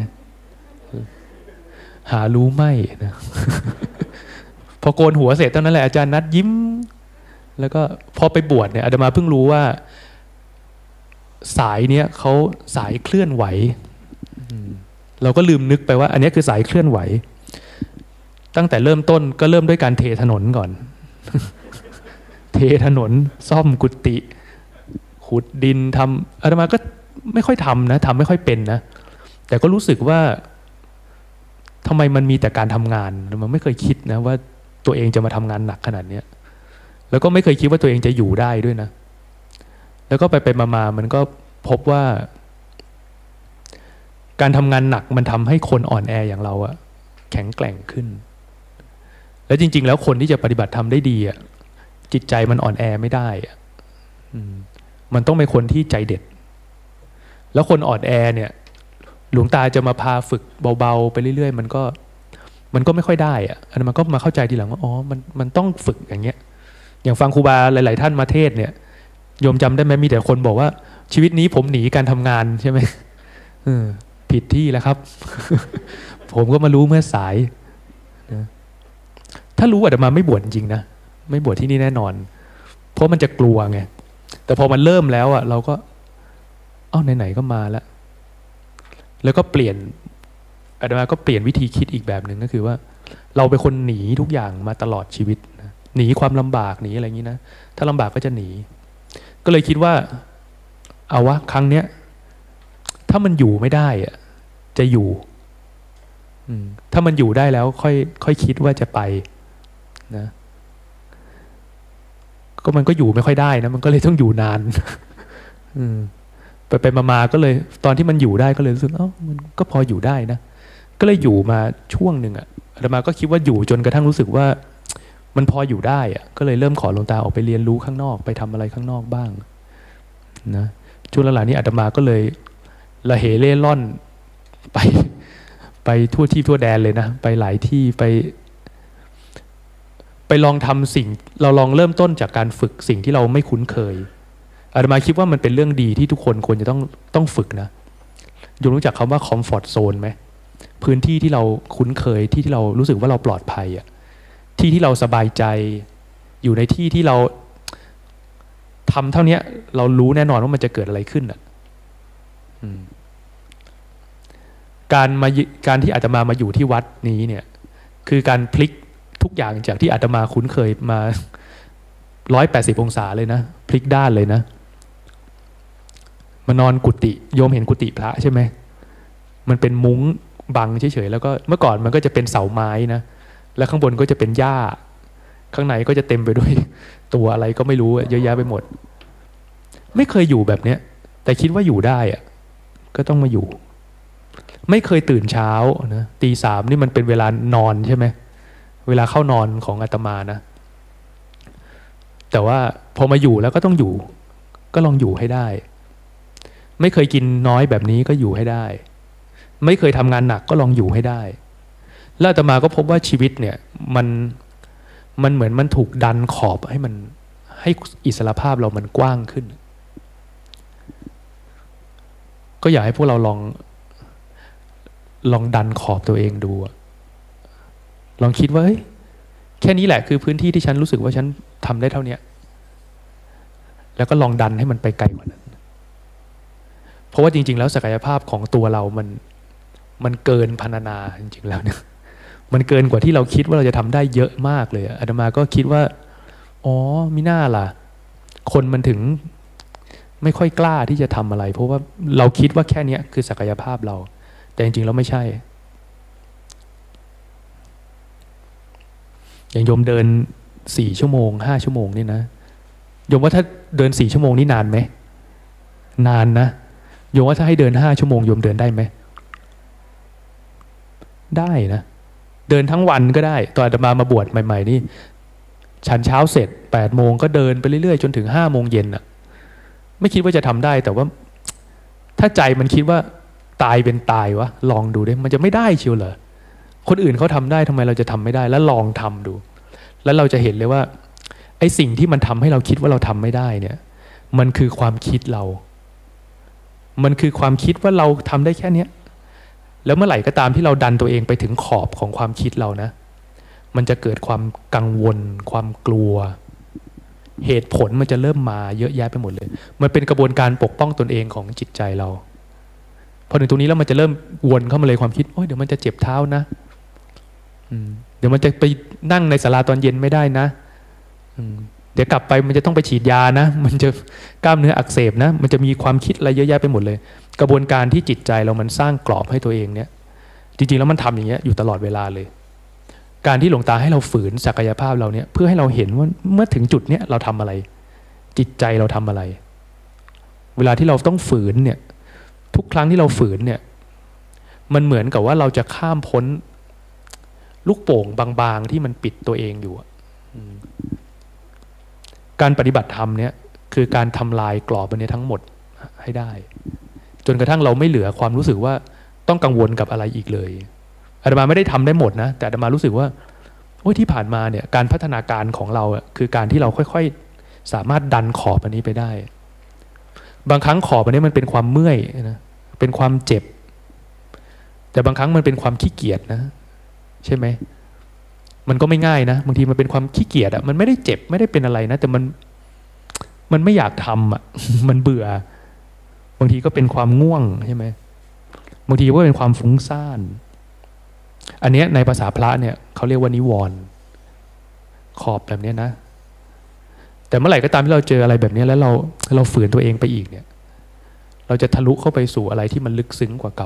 Speaker 1: หารู้ไหมนะพอโกนหัวเสร็จเท่านั้นแหละอาจารย์นัดยิ้มแล้วก็พอไปบวชเนี่ยอาตมาเพิ่งรู้ว่าสายเนี้ยเขาสายเคลื่อนไหวเราก็ลืมนึกไปว่าอันนี้คือสายเคลื่อนไหวตั้งแต่เริ่มต้นก็เริ่มด้วยการเทถนนก่อน เทถนนซ่อมกุฏิขุดดินทำอาตมาก็ไม่ค่อยทำนะทำไม่ค่อยเป็นนะแต่ก็รู้สึกว่าทำไมมันมีแต่การทำงานมันไม่เคยคิดนะว่าตัวเองจะมาทำงานหนักขนาดนี้แล้วก็ไม่เคยคิดว่าตัวเองจะอยู่ได้ด้วยนะแล้วก็ไปมามันก็พบว่าการทำงานหนักมันทำให้คนอ่อนแออย่างเราอะแข็งแกร่งขึ้นแล้วจริงๆแล้วคนที่จะปฏิบัติธรรมได้ดีอะจิตใจมันอ่อนแอไม่ได้อะมันต้องเป็นคนที่ใจเด็ดแล้วคนอ่อนแอเนี่ยหลวงตาจะมาพาฝึกเบาๆไปเรื่อยๆมันก็ไม่ค่อยได้อะอันนั้นมันก็มาเข้าใจทีหลังว่าอ๋อมันต้องฝึกอย่างเงี้ยอย่างฟังครูบาหลายๆท่านมาเทศเนี่ยโยมจำได้ไหมมีแต่คนบอกว่าชีวิตนี้ผมหนีการทำงานใช่ไหมผิดที่แล้วครับ ผมก็มารู้เมื่อสายนะถ้ารู้อาตมาไม่บวชจริงนะไม่บวชที่นี่แน่นอนเพราะมันจะกลัวไงแต่พอมันเริ่มแล้วอ่ะเราก็ไหนๆก็มาแล้วก็เปลี่ยนอาตมาก็เปลี่ยนวิธีคิดอีกแบบหนึ่งก็คือว่าเราเป็นคนหนีทุกอย่างมาตลอดชีวิตนะหนีความลำบากหนีอะไรอย่างนี้นะถ้าลำบากก็จะหนีก็เลยคิดว่าเอาวะครั้งเนี้ยถ้ามันอยู่ไม่ได้อ่ะจะอยู่ถ้ามันอยู่ได้แล้วค่อยคิดว่าจะไปนะก็มันก็อยู่ไม่ค่อยได้นะมันก็เลยต้องอยู่นานไปมาก็เลยตอนที่มันอยู่ได้ก็เลยรู้สึกมันก็พออยู่ได้นะก็เลยอยู่มาช่วงหนึ่งอ่ะอาตมาก็คิดว่าอยู่จนกระทั่งรู้สึกว่ามันพออยู่ได้อ่ะก็เลยเริ่มขอหลวงตาออกไปเรียนรู้ข้างนอกไปทำอะไรข้างนอกบ้างนะช่วงหลังๆนี้อาตมาก็เลยละเหเล่ร่อนไปทั่วที่ทั่วแดนเลยนะไปหลายที่ไปลองทำสิ่งเราลองเริ่มต้นจากการฝึกสิ่งที่เราไม่คุ้นเคยอาตมาคิดว่ามันเป็นเรื่องดีที่ทุกคนควรจะต้องฝึกนะโยมรู้จักคำว่าคอมฟอร์ตโซนไหมพื้นที่ที่เราคุ้นเคยที่เรารู้สึกว่าเราปลอดภัยอ่ะที่เราสบายใจอยู่ในที่ที่เราทำเท่านี้เรารู้แน่นอนว่ามันจะเกิดอะไรขึ้นอ่ะการที่อาตมาอยู่ที่วัดนี้เนี่ยคือการพลิกทุกอย่างจากที่อาตมาคุ้นเคยมา180 องศาเลยนะพลิกด้านเลยนะมานอนกุฏิโยมเห็นกุฏิพระใช่ไหมมันเป็นมุ้งบังเฉยๆแล้วก็เมื่อก่อนมันก็จะเป็นเสาไม้นะแล้วข้างบนก็จะเป็นหญ้าข้างในก็จะเต็มไปด้วยตัวอะไรก็ไม่รู้เยอะแยะไปหมดไม่เคยอยู่แบบเนี้ยแต่คิดว่าอยู่ได้อะก็ต้องมาอยู่ไม่เคยตื่นเช้านะตี 3นี่มันเป็นเวลานอนใช่ไหมเวลาเข้านอนของอาตมานะแต่ว่าพอมาอยู่แล้วก็ต้องอยู่ก็ลองอยู่ให้ได้ไม่เคยกินน้อยแบบนี้ก็อยู่ให้ได้ไม่เคยทำงานหนักก็ลองอยู่ให้ได้แล้วอาตมาก็พบว่าชีวิตเนี่ยมันเหมือนมันถูกดันขอบให้อิสรภาพเรามันกว้างขึ้นก็อยากให้พวกเราลองดันขอบตัวเองดูลองคิดว่าแค่นี้แหละคือพื้นที่ที่ฉันรู้สึกว่าฉันทำได้เท่านี้แล้วก็ลองดันให้มันไปไกลกว่านั้นเพราะว่าจริงๆแล้วศักยภาพของตัวเรามันเกินพรรณนาจริงๆแล้วเนี่ยมันเกินกว่าที่เราคิดว่าเราจะทำได้เยอะมากเลยอาตมาก็คิดว่ามิน่าล่ะคนมันถึงไม่ค่อยกล้าที่จะทำอะไรเพราะว่าเราคิดว่าแค่นี้คือศักยภาพเราแต่จริงๆแล้วไม่ใช่อย่างโยมเดิน4 ชั่วโมง 5 ชั่วโมงนี่นะโยมว่าถ้าเดิน4 ชั่วโมงนี่นานไหมนานนะโยมว่าถ้าให้เดิน5 ชั่วโมงโยมเดินได้ไหมได้นะเดินทั้งวันก็ได้ตอนอาตมาบวชใหม่ๆนี่ฉันเช้าเสร็จ8 โมงก็เดินไปเรื่อยๆจนถึง5 โมงเย็นอ่ะไม่คิดว่าจะทำได้แต่ว่าถ้าใจมันคิดว่าตายเป็นตายวะลองดูดิมันจะไม่ได้เชียวเหรอคนอื่นเขาทำได้ทำไมเราจะทำไม่ได้แล้วลองทำดูแล้วเราจะเห็นเลยว่าไอ้สิ่งที่มันทำให้เราคิดว่าเราทำไม่ได้เนี่ยมันคือความคิดเรามันคือความคิดว่าเราทำได้แค่เนี้ยแล้วเมื่อไหร่ก็ตามที่เราดันตัวเองไปถึงขอบของความคิดเรานะมันจะเกิดความกังวลความกลัวเหตุผลมันจะเริ่มมาเยอะแยะไปหมดเลยมันเป็นกระบวนการปกป้องตนเองของจิตใจเราพอถึงตรงนี้แล้วมันจะเริ่มวนเข้ามาเลยความคิดโอ้ยเดี๋ยวมันจะเจ็บเท้านะเดี๋ยวมันจะไปนั่งในศาลาตอนเย็นไม่ได้นะเดี๋ยวกลับไปมันจะต้องไปฉีดยานะมันจะกล้ามเนื้ออักเสบนะมันจะมีความคิดอะไรเยอะแยะไปหมดเลยกระบวนการที่จิตใจเรามันสร้างกรอบให้ตัวเองเนี่ยจริงๆแล้วมันทำอย่างเงี้ยอยู่ตลอดเวลาเลยการที่หลวงตาให้เราฝืนศักยภาพเราเนี่ยเพื่อให้เราเห็นว่าเมื่อถึงจุดเนี้ยเราทำอะไรจิตใจเราทำอะไรเวลาที่เราต้องฝืนเนี่ยทุกครั้งที่เราฝืนเนี่ยมันเหมือนกับว่าเราจะข้ามพ้นลูกโป่งบางๆที่มันปิดตัวเองอยู่การปฏิบัติธรรมเนี่ยคือการทำลายกรอบอันนี้ทั้งหมดให้ได้จนกระทั่งเราไม่เหลือความรู้สึกว่าต้องกังวลกับอะไรอีกเลยอาตมาไม่ได้ทำได้หมดนะแต่อาตมารู้สึกว่าโอ้ยที่ผ่านมาเนี่ยการพัฒนาการของเราคือการที่เราค่อยๆสามารถดันขอบอันนี้ไปได้บางครั้งขอบอันนี้มันเป็นความเมื่อยนะเป็นความเจ็บแต่บางครั้งมันเป็นความขี้เกียจนะใช่ไหมมันก็ไม่ง่ายนะบางทีมันเป็นความขี้เกียจมันไม่ได้เจ็บไม่ได้เป็นอะไรนะแต่มันไม่อยากทำมันเบื่อบางทีก็เป็นความง่วงใช่ไหมบางทีก็เป็นความฟุ้งซ่านอันนี้ในภาษาพระเนี่ยเขาเรียกว่านิวรณ์ขอบแบบนี้นะแต่เมื่อไหร่ก็ตามที่เราเจออะไรแบบนี้แล้วเราฝืนตัวเองไปอีกเนี่ยเราจะทะลุเข้าไปสู่อะไรที่มันลึกซึ้งกว่าเก่า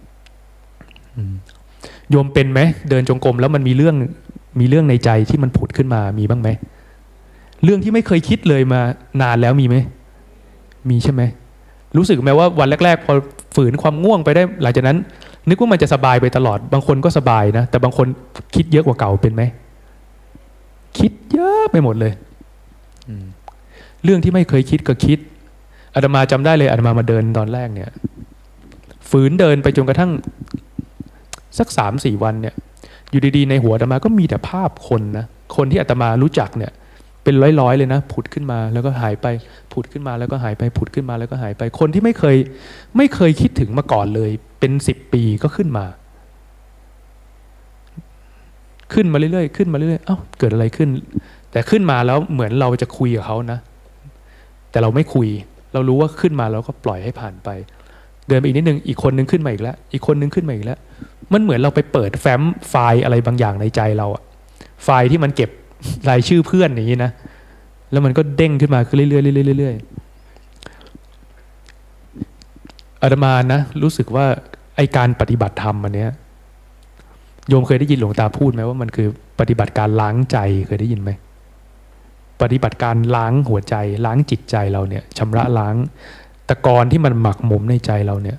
Speaker 1: โยมเป็นไหมเดินจงกรมแล้วมันมีเรื่องในใจที่มันผุดขึ้นมามีบ้างไหมเรื่องที่ไม่เคยคิดเลยมานานแล้วมีไหมมีใช่ไหมรู้สึกไหมว่าวันแรกๆพอฝืนความง่วงไปได้หลังจากนั้นนึกว่ามันจะสบายไปตลอดบางคนก็สบายนะแต่บางคนคิดเยอะกว่าเก่าเป็นไหมคิดเยอะไปหมดเลยเรื่องที่ไม่เคยคิดก็คิดอาตมาจำได้เลยอาตมาเดินตอนแรกเนี่ยฝืนเดินไปจนกระทั่งสัก3-4 วันเนี่ยอยู่ดีๆในหัวอาตมาก็มีแต่ภาพคนนะคนที่อาตมารู้จักเนี่ยเป็นร้อยๆเลยนะผุดขึ้นมาแล้วก็หายไปผุดขึ้นมาแล้วก็หายไปผุดขึ้นมาแล้วก็หายไปคนที่ไม่เคยคิดถึงมาก่อนเลยเป็น10 ปีก็ขึ้นมาเรื่อยๆขึ้นมาเรื่อยๆเอ้าเกิดอะไรขึ้นแต่ขึ้นมาแล้วเหมือนเราจะคุยกับเขานะแต่เราไม่คุยเรารู้ว่าขึ้นมาแล้วก็ปล่อยให้ผ่านไปเดินไปอีกนิดนึงอีกคนนึงขึ้นมาอีกแล้วอีกคนนึงขึ้นมาอีกแล้วมันเหมือนเราไปเปิดแฟ้มไฟล์อะไรบางอย่างในใจเราอะไฟล์ที่มันเก็บรายชื่อเพื่อนอย่างนี้นะแล้วมันก็เด้งขึ้นมาเรื่อยๆเรื่อยๆอาตมานะรู้สึกว่าไอการปฏิบัติธรรมอันเนี้ยโยมเคยได้ยินหลวงตาพูดไหมว่ามันคือปฏิบัติการล้างใจเคยได้ยินไหมปฏิบัติการล้างหัวใจล้างจิตใจเราเนี่ยชำระล้างตะกอนที่มันหมักหมมในใจเราเนี่ย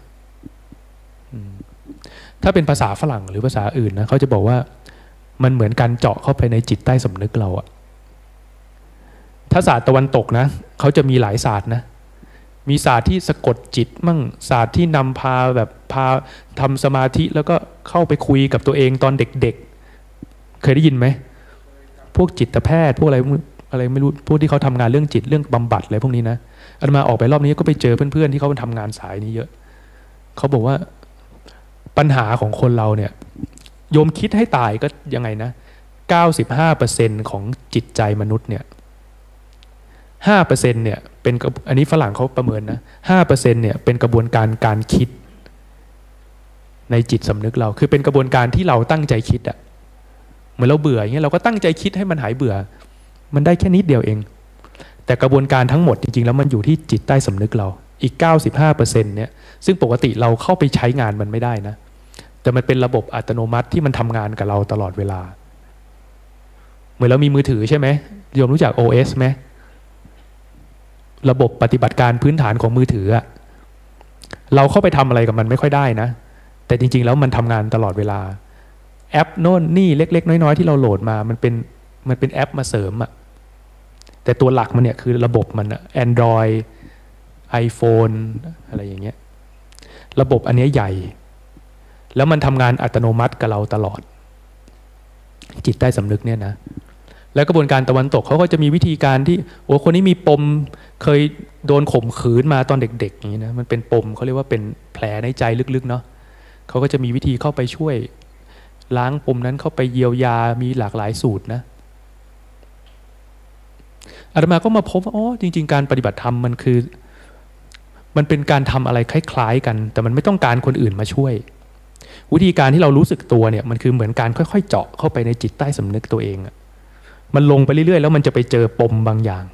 Speaker 1: ถ้าเป็นภาษาฝรั่งหรือภาษาอื่นนะเขาจะบอกว่ามันเหมือนการเจาะเข้าไปในจิตใต้สำนึกเราอะถ้าศาสตร์ตะวันตกนะเขาจะมีหลายศาสตร์นะมีศาสตร์ที่สะกดจิตมั่งศาสตร์ที่นำพาทำสมาธิแล้วก็เข้าไปคุยกับตัวเองตอนเด็กๆเคยได้ยินไหมพวกจิตแพทย์พวกอะไรไม่รู้พวกที่เขาทำงานเรื่องจิตเรื่องบำบัดอะไรพวกนี้นะอาตมาออกไปรอบนี้ก็ไปเจอเพื่อนๆที่เขาทำงานสายนี้เยอะเขาบอกว่าปัญหาของคนเราเนี่ยโยมคิดให้ตายก็ยังไงนะ 95% ของจิตใจมนุษย์เนี่ย 5% เนี่ยเป็นอันนี้ฝรั่งเขาประเมินนะ 5% เนี่ยเป็นกระบวนการคิดในจิตสำนึกเราคือเป็นกระบวนการที่เราตั้งใจคิดอะเหมือนเราเบื่ออย่างเงี้ยเราก็ตั้งใจคิดให้มันหายเบื่อมันได้แค่นิดเดียวเองแต่กระบวนการทั้งหมดจริงๆแล้วมันอยู่ที่จิตใต้สำนึกเราอีก 95% เนี่ยซึ่งปกติเราเข้าไปใช้งานมันไม่ได้นะแต่มันเป็นระบบอัตโนมัติที่มันทำงานกับเราตลอดเวลาเหมือนเรามีมือถือใช่ไหมโยมรู้จัก OS ไหมระบบปฏิบัติการพื้นฐานของมือถือเราเข้าไปทำอะไรกับมันไม่ค่อยได้นะแต่จริงๆแล้วมันทำงานตลอดเวลาแอปโน่นนี่เล็กๆน้อยๆที่เราโหลดมามันเป็นแอปมาเสริมแต่ตัวหลักมันเนี่ยคือระบบมันAndroid iPhone อะไรอย่างเงี้ยระบบอันนี้ใหญ่แล้วมันทำงานอัตโนมัติกับเราตลอดจิตใต้สำนึกเนี่ยนะแล้วกระบวนการตะวันตกเขาก็จะมีวิธีการที่คนนี้มีปมเคยโดนข่มขืนมาตอนเด็กๆอย่างนี้นะมันเป็นปมเขาเรียกว่าเป็นแผลในใจลึกๆเนาะเขาก็จะมีวิธีเข้าไปช่วยล้างปมนั้นเข้าไปเยียวยามีหลากหลายสูตรนะอาตมาก็มาพบว่าจริงๆการปฏิบัติธรรมมันเป็นการทำอะไรคล้ายๆกันแต่มันไม่ต้องการคนอื่นมาช่วยวิธีการที่เรารู้สึกตัวเนี่ยมันคือเหมือนการค่อยๆเจาะเข้าไปในจิตใต้สำนึกตัวเองมันลงไปเรื่อยๆแล้วมันจะไปเจอปมบางอย่าง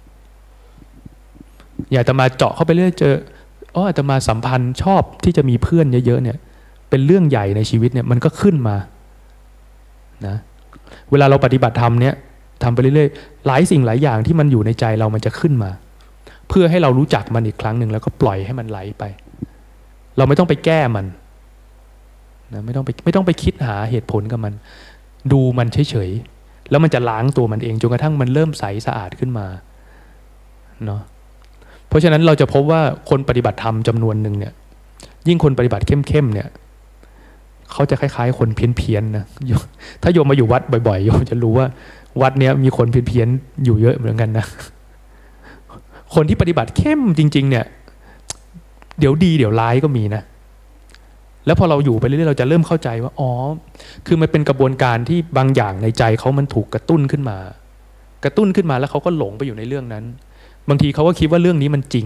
Speaker 1: อยากจะมาเจาะเข้าไปเรื่อยเจออาตมาสัมพันธ์ชอบที่จะมีเพื่อนเยอะๆเนี่ยเป็นเรื่องใหญ่ในชีวิตเนี่ยมันก็ขึ้นมานะเวลาเราปฏิบัติธรรมเนี่ยทำไปเรื่อยๆหลายสิ่งหลายอย่างที่มันอยู่ในใจเรามันจะขึ้นมาเพื่อให้เรารู้จักมันอีกครั้งหนึ่งแล้วก็ปล่อยให้มันไหลไปเราไม่ต้องไปแก้มันนะไม่ต้องไปคิดหาเหตุผลกับมันดูมันเฉยๆแล้วมันจะล้างตัวมันเองจนกระทั่งมันเริ่มใสสะอาดขึ้นมาเนาะเพราะฉะนั้นเราจะพบว่าคนปฏิบัติธรรมจำนวนหนึ่งเนี่ยยิ่งคนปฏิบัติเข้มๆเนี่ยเขาจะคล้ายๆคนเพี้ยนๆนะถ้าโยมมาอยู่วัดบ่อยๆโยมจะรู้ว่าวัดเนี้ยมีคนเพี้ยนๆอยู่เยอะเหมือนกันนะคนที่ปฏิบัติเข้มจริงๆเนี่ยเดี๋ยวดีเดี๋ยวร้ายก็มีนะแล้วพอเราอยู่ไปเรื่อยๆเราจะเริ่มเข้าใจว่าคือมันเป็นกระบวนการที่บางอย่างในใจเขามันถูกกระตุ้นขึ้นมาแล้วเขาก็หลงไปอยู่ในเรื่องนั้นบางทีเขาก็คิดว่าเรื่องนี้มันจริง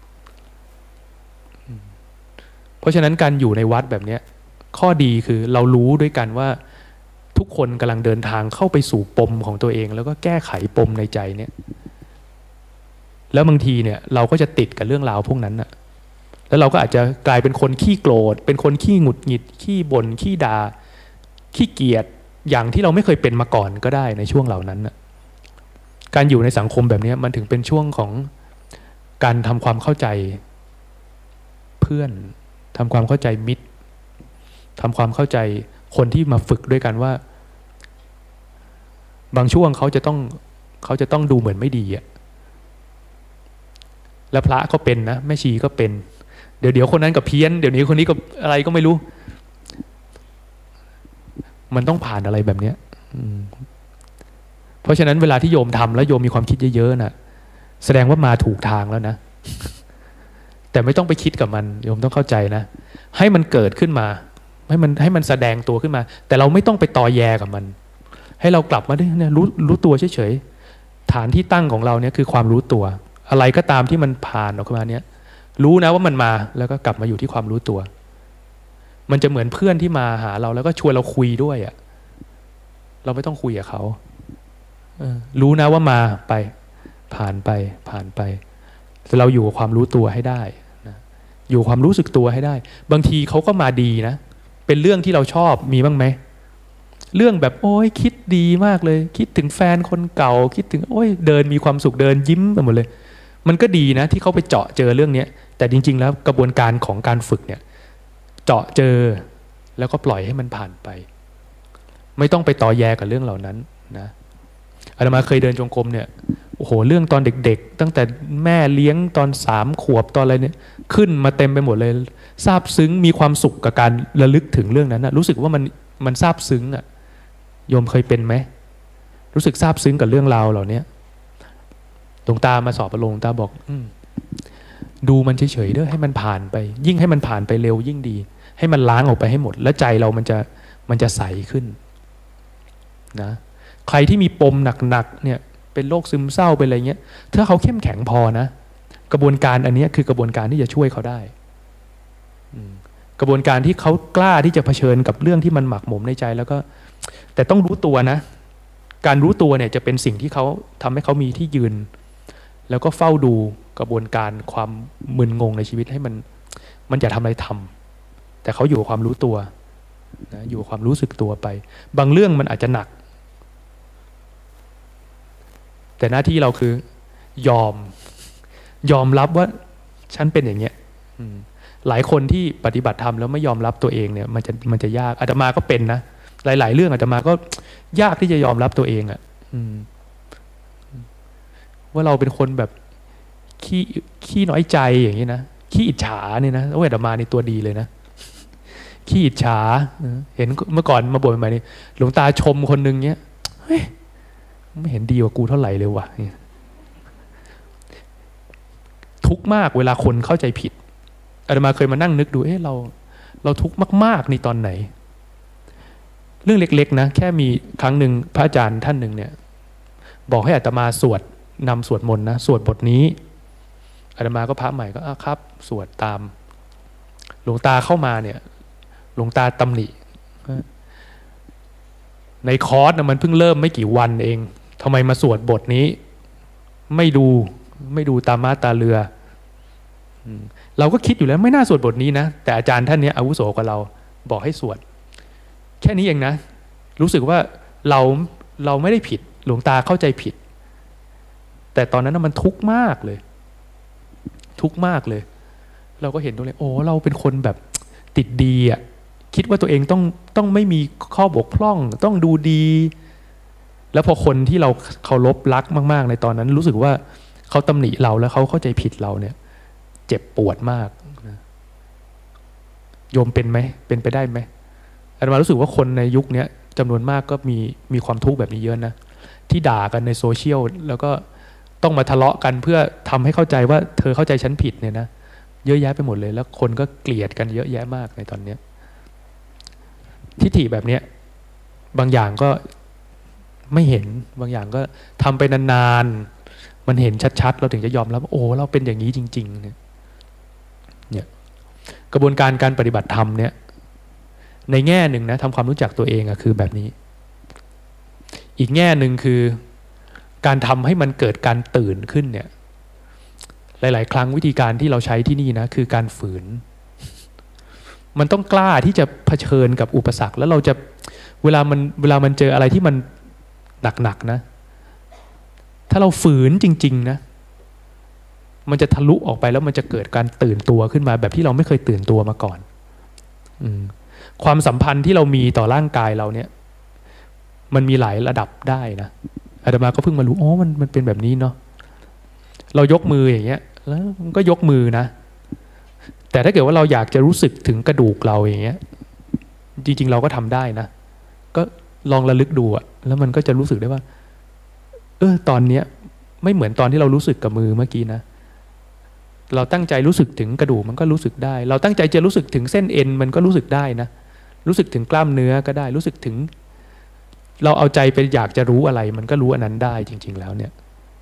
Speaker 1: เพราะฉะนั้นการอยู่ในวัดแบบนี้ข้อดีคือเรารู้ด้วยกันว่าทุกคนกำลังเดินทางเข้าไปสู่ปมของตัวเองแล้วก็แก้ไขปมในใจเนี่ยแล้วบางทีเนี่ยเราก็จะติดกับเรื่องราวพวกนั้นแล้วเราก็อาจจะกลายเป็นคนขี้โกรธเป็นคนขี้หงุดหงิดขี้บ่นขี้ด่าขี้เกียจอย่างที่เราไม่เคยเป็นมาก่อนก็ได้ในช่วงเหล่านั้นการอยู่ในสังคมแบบนี้มันถึงเป็นช่วงของการทำความเข้าใจเพื่อนทำความเข้าใจมิตรทำความเข้าใจคนที่มาฝึกด้วยกันว่าบางช่วงเขาจะต้องดูเหมือนไม่ดีแล้วพระก็เป็นนะแม่ชีก็เป็นเดี๋ยวคนนั้นก็เพี้ยนเดี๋ยวนี้คนนี้ก็อะไรก็ไม่รู้มันต้องผ่านอะไรแบบนี้เพราะฉะนั้นเวลาที่โยมทำแล้วโยมมีความคิดเยอะๆน่ะแสดงว่ามาถูกทางแล้วนะแต่ไม่ต้องไปคิดกับมันโยมต้องเข้าใจนะให้มันเกิดขึ้นมาให้มันแสดงตัวขึ้นมาแต่เราไม่ต้องไปตอแยกับมันให้เรากลับมาเนี่ยรู้ตัวเฉยๆฐานที่ตั้งของเราเนี่ยคือความรู้ตัวอะไรก็ตามที่มันผ่านออกมาเนี่ยรู้นะว่ามันมาแล้วก็กลับมาอยู่ที่ความรู้ตัวมันจะเหมือนเพื่อนที่มาหาเราแล้วก็ชวนเราคุยด้วยเราไม่ต้องคุยกับเขารู้นะว่ามาไปผ่านไปแต่เราอยู่กับความรู้ตัวให้ได้นะอยู่ความรู้สึกตัวให้ได้บางทีเขาก็มาดีนะเป็นเรื่องที่เราชอบมีบ้างไหมเรื่องแบบคิดดีมากเลยคิดถึงแฟนคนเก่าคิดถึงเดินมีความสุขเดินยิ้มไปหมดเลยมันก็ดีนะที่เขาไปเจาะเจอเรื่องนี้แต่จริงๆแล้วกระบวนการของการฝึกเนี่ยเจาะเจอแล้วก็ปล่อยให้มันผ่านไปไม่ต้องไปต่อแยกับเรื่องเหล่านั้นนะอาตมาเคยเดินจงกรมเนี่ยเรื่องตอนเด็กๆตั้งแต่แม่เลี้ยงตอน3 ขวบตอนอะไรเนี่ยขึ้นมาเต็มไปหมดเลยซาบซึ้งมีความสุขกับการระลึกถึงเรื่องนั้นนะรู้สึกว่ามันซาบซึ้งโยมเคยเป็นไหมรู้สึกซาบซึ้งกับเรื่องราวเหล่านี้หลวงตามาสอบประโลมตาบอกดูมันเฉยๆเด้อให้มันผ่านไปยิ่งให้มันผ่านไปเร็วยิ่งดีให้มันล้างออกไปให้หมดแล้วใจเรามันจะใสขึ้นนะใครที่มีปมหนักๆเนี่ยเป็นโรคซึมเศร้าเป็นอะไรเงี้ยถ้าเขาเข้มแข็งพอนะกระบวนการอันนี้คือกระบวนการที่จะช่วยเขาได้กระบวนการที่เขากล้าที่จะเผชิญกับเรื่องที่มันหมักหมมในใจแล้วก็แต่ต้องรู้ตัวนะการรู้ตัวเนี่ยจะเป็นสิ่งที่เขาทำให้เขามีที่ยืนแล้วก็เฝ้าดูกระบวนการความมึนงงในชีวิตให้มันจะทำอะไรทำแต่เขาอยู่กับความรู้ตัวนะอยู่กับความรู้สึกตัวไปบางเรื่องมันอาจจะหนักแต่หน้าที่เราคือยอมยอมรับว่าฉันเป็นอย่างเงี้ยหลายคนที่ปฏิบัติธรรมแล้วไม่ยอมรับตัวเองเนี่ยมันจะยากอาตมาก็เป็นนะหลายๆเรื่องอาตมาก็ยากที่จะยอมรับตัวเองอ่ะว่าเราเป็นคนแบบขี้น้อยใจอย่างนี้นะขี้อิจฉาเนี่ยนะอาตมาในตัวดีเลยนะขี้อิจฉาเห็นเมื่อก่อนมาบวชใหม่นี่หลวงตาชมคนนึงเนี้ยเฮ้ยไม่เห็นดีกว่ากูเท่าไหร่เลยว่ะทุกข์มากเวลาคนเข้าใจผิดอาตมาเคยมานั่งนึกดูเราทุกข์มากๆในตอนไหนเรื่องเล็กๆนะแค่มีครั้งหนึ่งพระอาจารย์ท่านหนึ่งเนี่ยบอกให้อาตมาสวดมนต์นะสวดบทนี้อาตมาก็พระใหม่ก็ครับสวดตามหลวงตาเข้ามาเนี่ยหลวงตาตำหนิในคอร์สนะมันเพิ่งเริ่มไม่กี่วันเองทำไมมาสวดบทนี้ไม่ดูตามมาตาเรือเราก็คิดอยู่แล้วไม่น่าสวดบทนี้นะแต่อาจารย์ท่านนี้อาวุโสกว่าเราบอกให้สวดแค่นี้เองนะรู้สึกว่าเราไม่ได้ผิดหลวงตาเข้าใจผิดแต่ตอนนั้นมันทุกข์มากเลยเราก็เห็นตรงนี้โอ้เราเป็นคนแบบติดดีอ่ะคิดว่าตัวเองต้องไม่มีข้อบกพร่องต้องดูดีแล้วพอคนที่เราเคารพรักมากๆในตอนนั้นรู้สึกว่าเขาตำหนิเราแล้วเขาเข้าใจผิดเราเนี่ยเจ็บปวดมากโยมเป็นไหมเป็นไปได้ไหมอาตมารู้สึกว่าคนในยุคนี้จำนวนมากก็มีความทุกข์แบบนี้เยอะนะที่ด่ากันในโซเชียลแล้วก็ต้องมาทะเลาะกันเพื่อทำให้เข้าใจว่าเธอเข้าใจฉันผิดเนี่ยนะเยอะแยะไปหมดเลยแล้วคนก็เกลียดกันเยอะแยะมากในตอนนี้ทิฏฐิแบบนี้บางอย่างก็ไม่เห็นบางอย่างก็ทำไปนานๆมันเห็นชัดๆเราถึงจะยอมรับโอ้เราเป็นอย่างนี้จริงๆเนี่ยกระบวนการการปฏิบัติธรรมเนี่ยในแง่หนึ่งนะทำความรู้จักตัวเองอะคือแบบนี้อีกแง่หนึ่งคือการทำให้มันเกิดการตื่นขึ้นเนี่ยหลายๆครั้งวิธีการที่เราใช้ที่นี่นะคือการฝืนมันต้องกล้าที่จะเผชิญกับอุปสรรคแล้วเราจะเวลามันเจออะไรที่มันหนักๆนะถ้าเราฝืนจริงๆนะมันจะทะลุออกไปแล้วมันจะเกิดการตื่นตัวขึ้นมาแบบที่เราไม่เคยตื่นตัวมาก่อนความสัมพันธ์ที่เรามีต่อร่างกายเราเนี่ยมันมีหลายระดับได้นะอาตมาก็เพิ่งมารู้อ๋อมันเป็นแบบนี้เนาะเรายกมืออย่างเงี้ยแล้วมันก็ยกมือนะแต่ถ้าเกิดว่าเราอยากจะรู้สึกถึงกระดูกเราอย่างเงี้ยจริงๆเราก็ทำได้นะก็ลองระลึกดูอะแล้วมันก็จะรู้สึกได้ว่าตอนเนี้ยไม่เหมือนตอนที่เรารู้สึกกับมือเมื่อกี้นะเราตั้งใจรู้สึกถึงกระดูกมันก็รู้สึกได้เราตั้งใจจะรู้สึกถึงเส้นเอ็นมันก็รู้สึกได้นะรู้สึกถึงกล้ามเนื้อก็ได้รู้สึกถึงเราเอาใจไปอยากจะรู้อะไรมันก็รู้อันนั้นได้จริงๆแล้วเนี่ย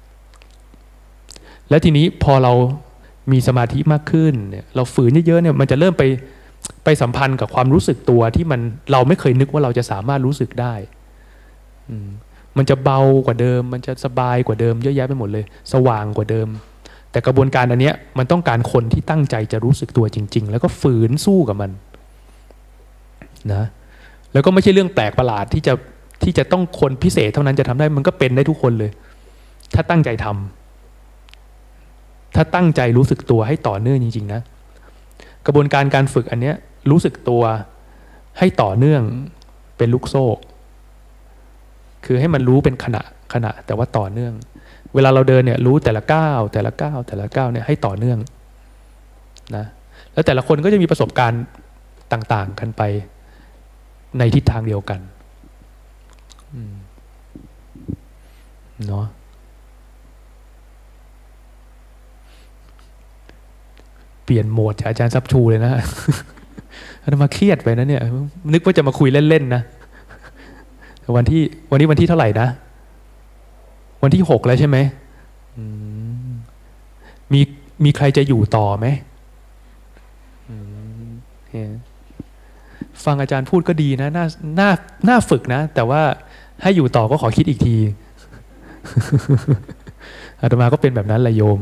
Speaker 1: และทีนี้พอเรามีสมาธิมากขึ้นเนี่ยเราฝืนเยอะๆเนี่ยมันจะเริ่มไปสัมพันธ์กับความรู้สึกตัวที่เราไม่เคยนึกว่าเราจะสามารถรู้สึกได้มันจะเบากว่าเดิมมันจะสบายกว่าเดิมเยอะแยะไปหมดเลยสว่างกว่าเดิมแต่กระบวนการอันเนี้ยมันต้องการคนที่ตั้งใจจะรู้สึกตัวจริงๆแล้วก็ฝืนสู้กับมันนะแล้วก็ไม่ใช่เรื่องแปลกประหลาดที่จะต้องคนพิเศษเท่านั้นจะทำได้มันก็เป็นได้ทุกคนเลยถ้าตั้งใจทำถ้าตั้งใจรู้สึกตัวให้ต่อเนื่องจริงๆนะกระบวนการการฝึกอันเนี้ยรู้สึกตัวให้ต่อเนื่องเป็นลูกโซ่คือให้มันรู้เป็นขณะแต่ว่าต่อเนื่องเวลาเราเดินเนี่ยรู้แต่ละก้าวเนี่ยให้ต่อเนื่องนะแล้วแต่ละคนก็จะมีประสบการณ์ต่างๆกันไปในทิศทางเดียวกันเนาะเปลี่ยนโหมดจากอาจารย์ซับชูเลยนะอาตมาเครียดไปนะเนี่ยนึกว่าจะมาคุยเล่นๆนะวันนี้วันที่เท่าไหร่นะวันที่6แล้วใช่ไหมมีใครจะอยู่ต่อไหมฟังอาจารย์พูดก็ดีนะน่าฝึกนะแต่ว่าให้อยู่ต่อก็ขอคิดอีกทีอาตมาก็เป็นแบบนั้นแหละโยม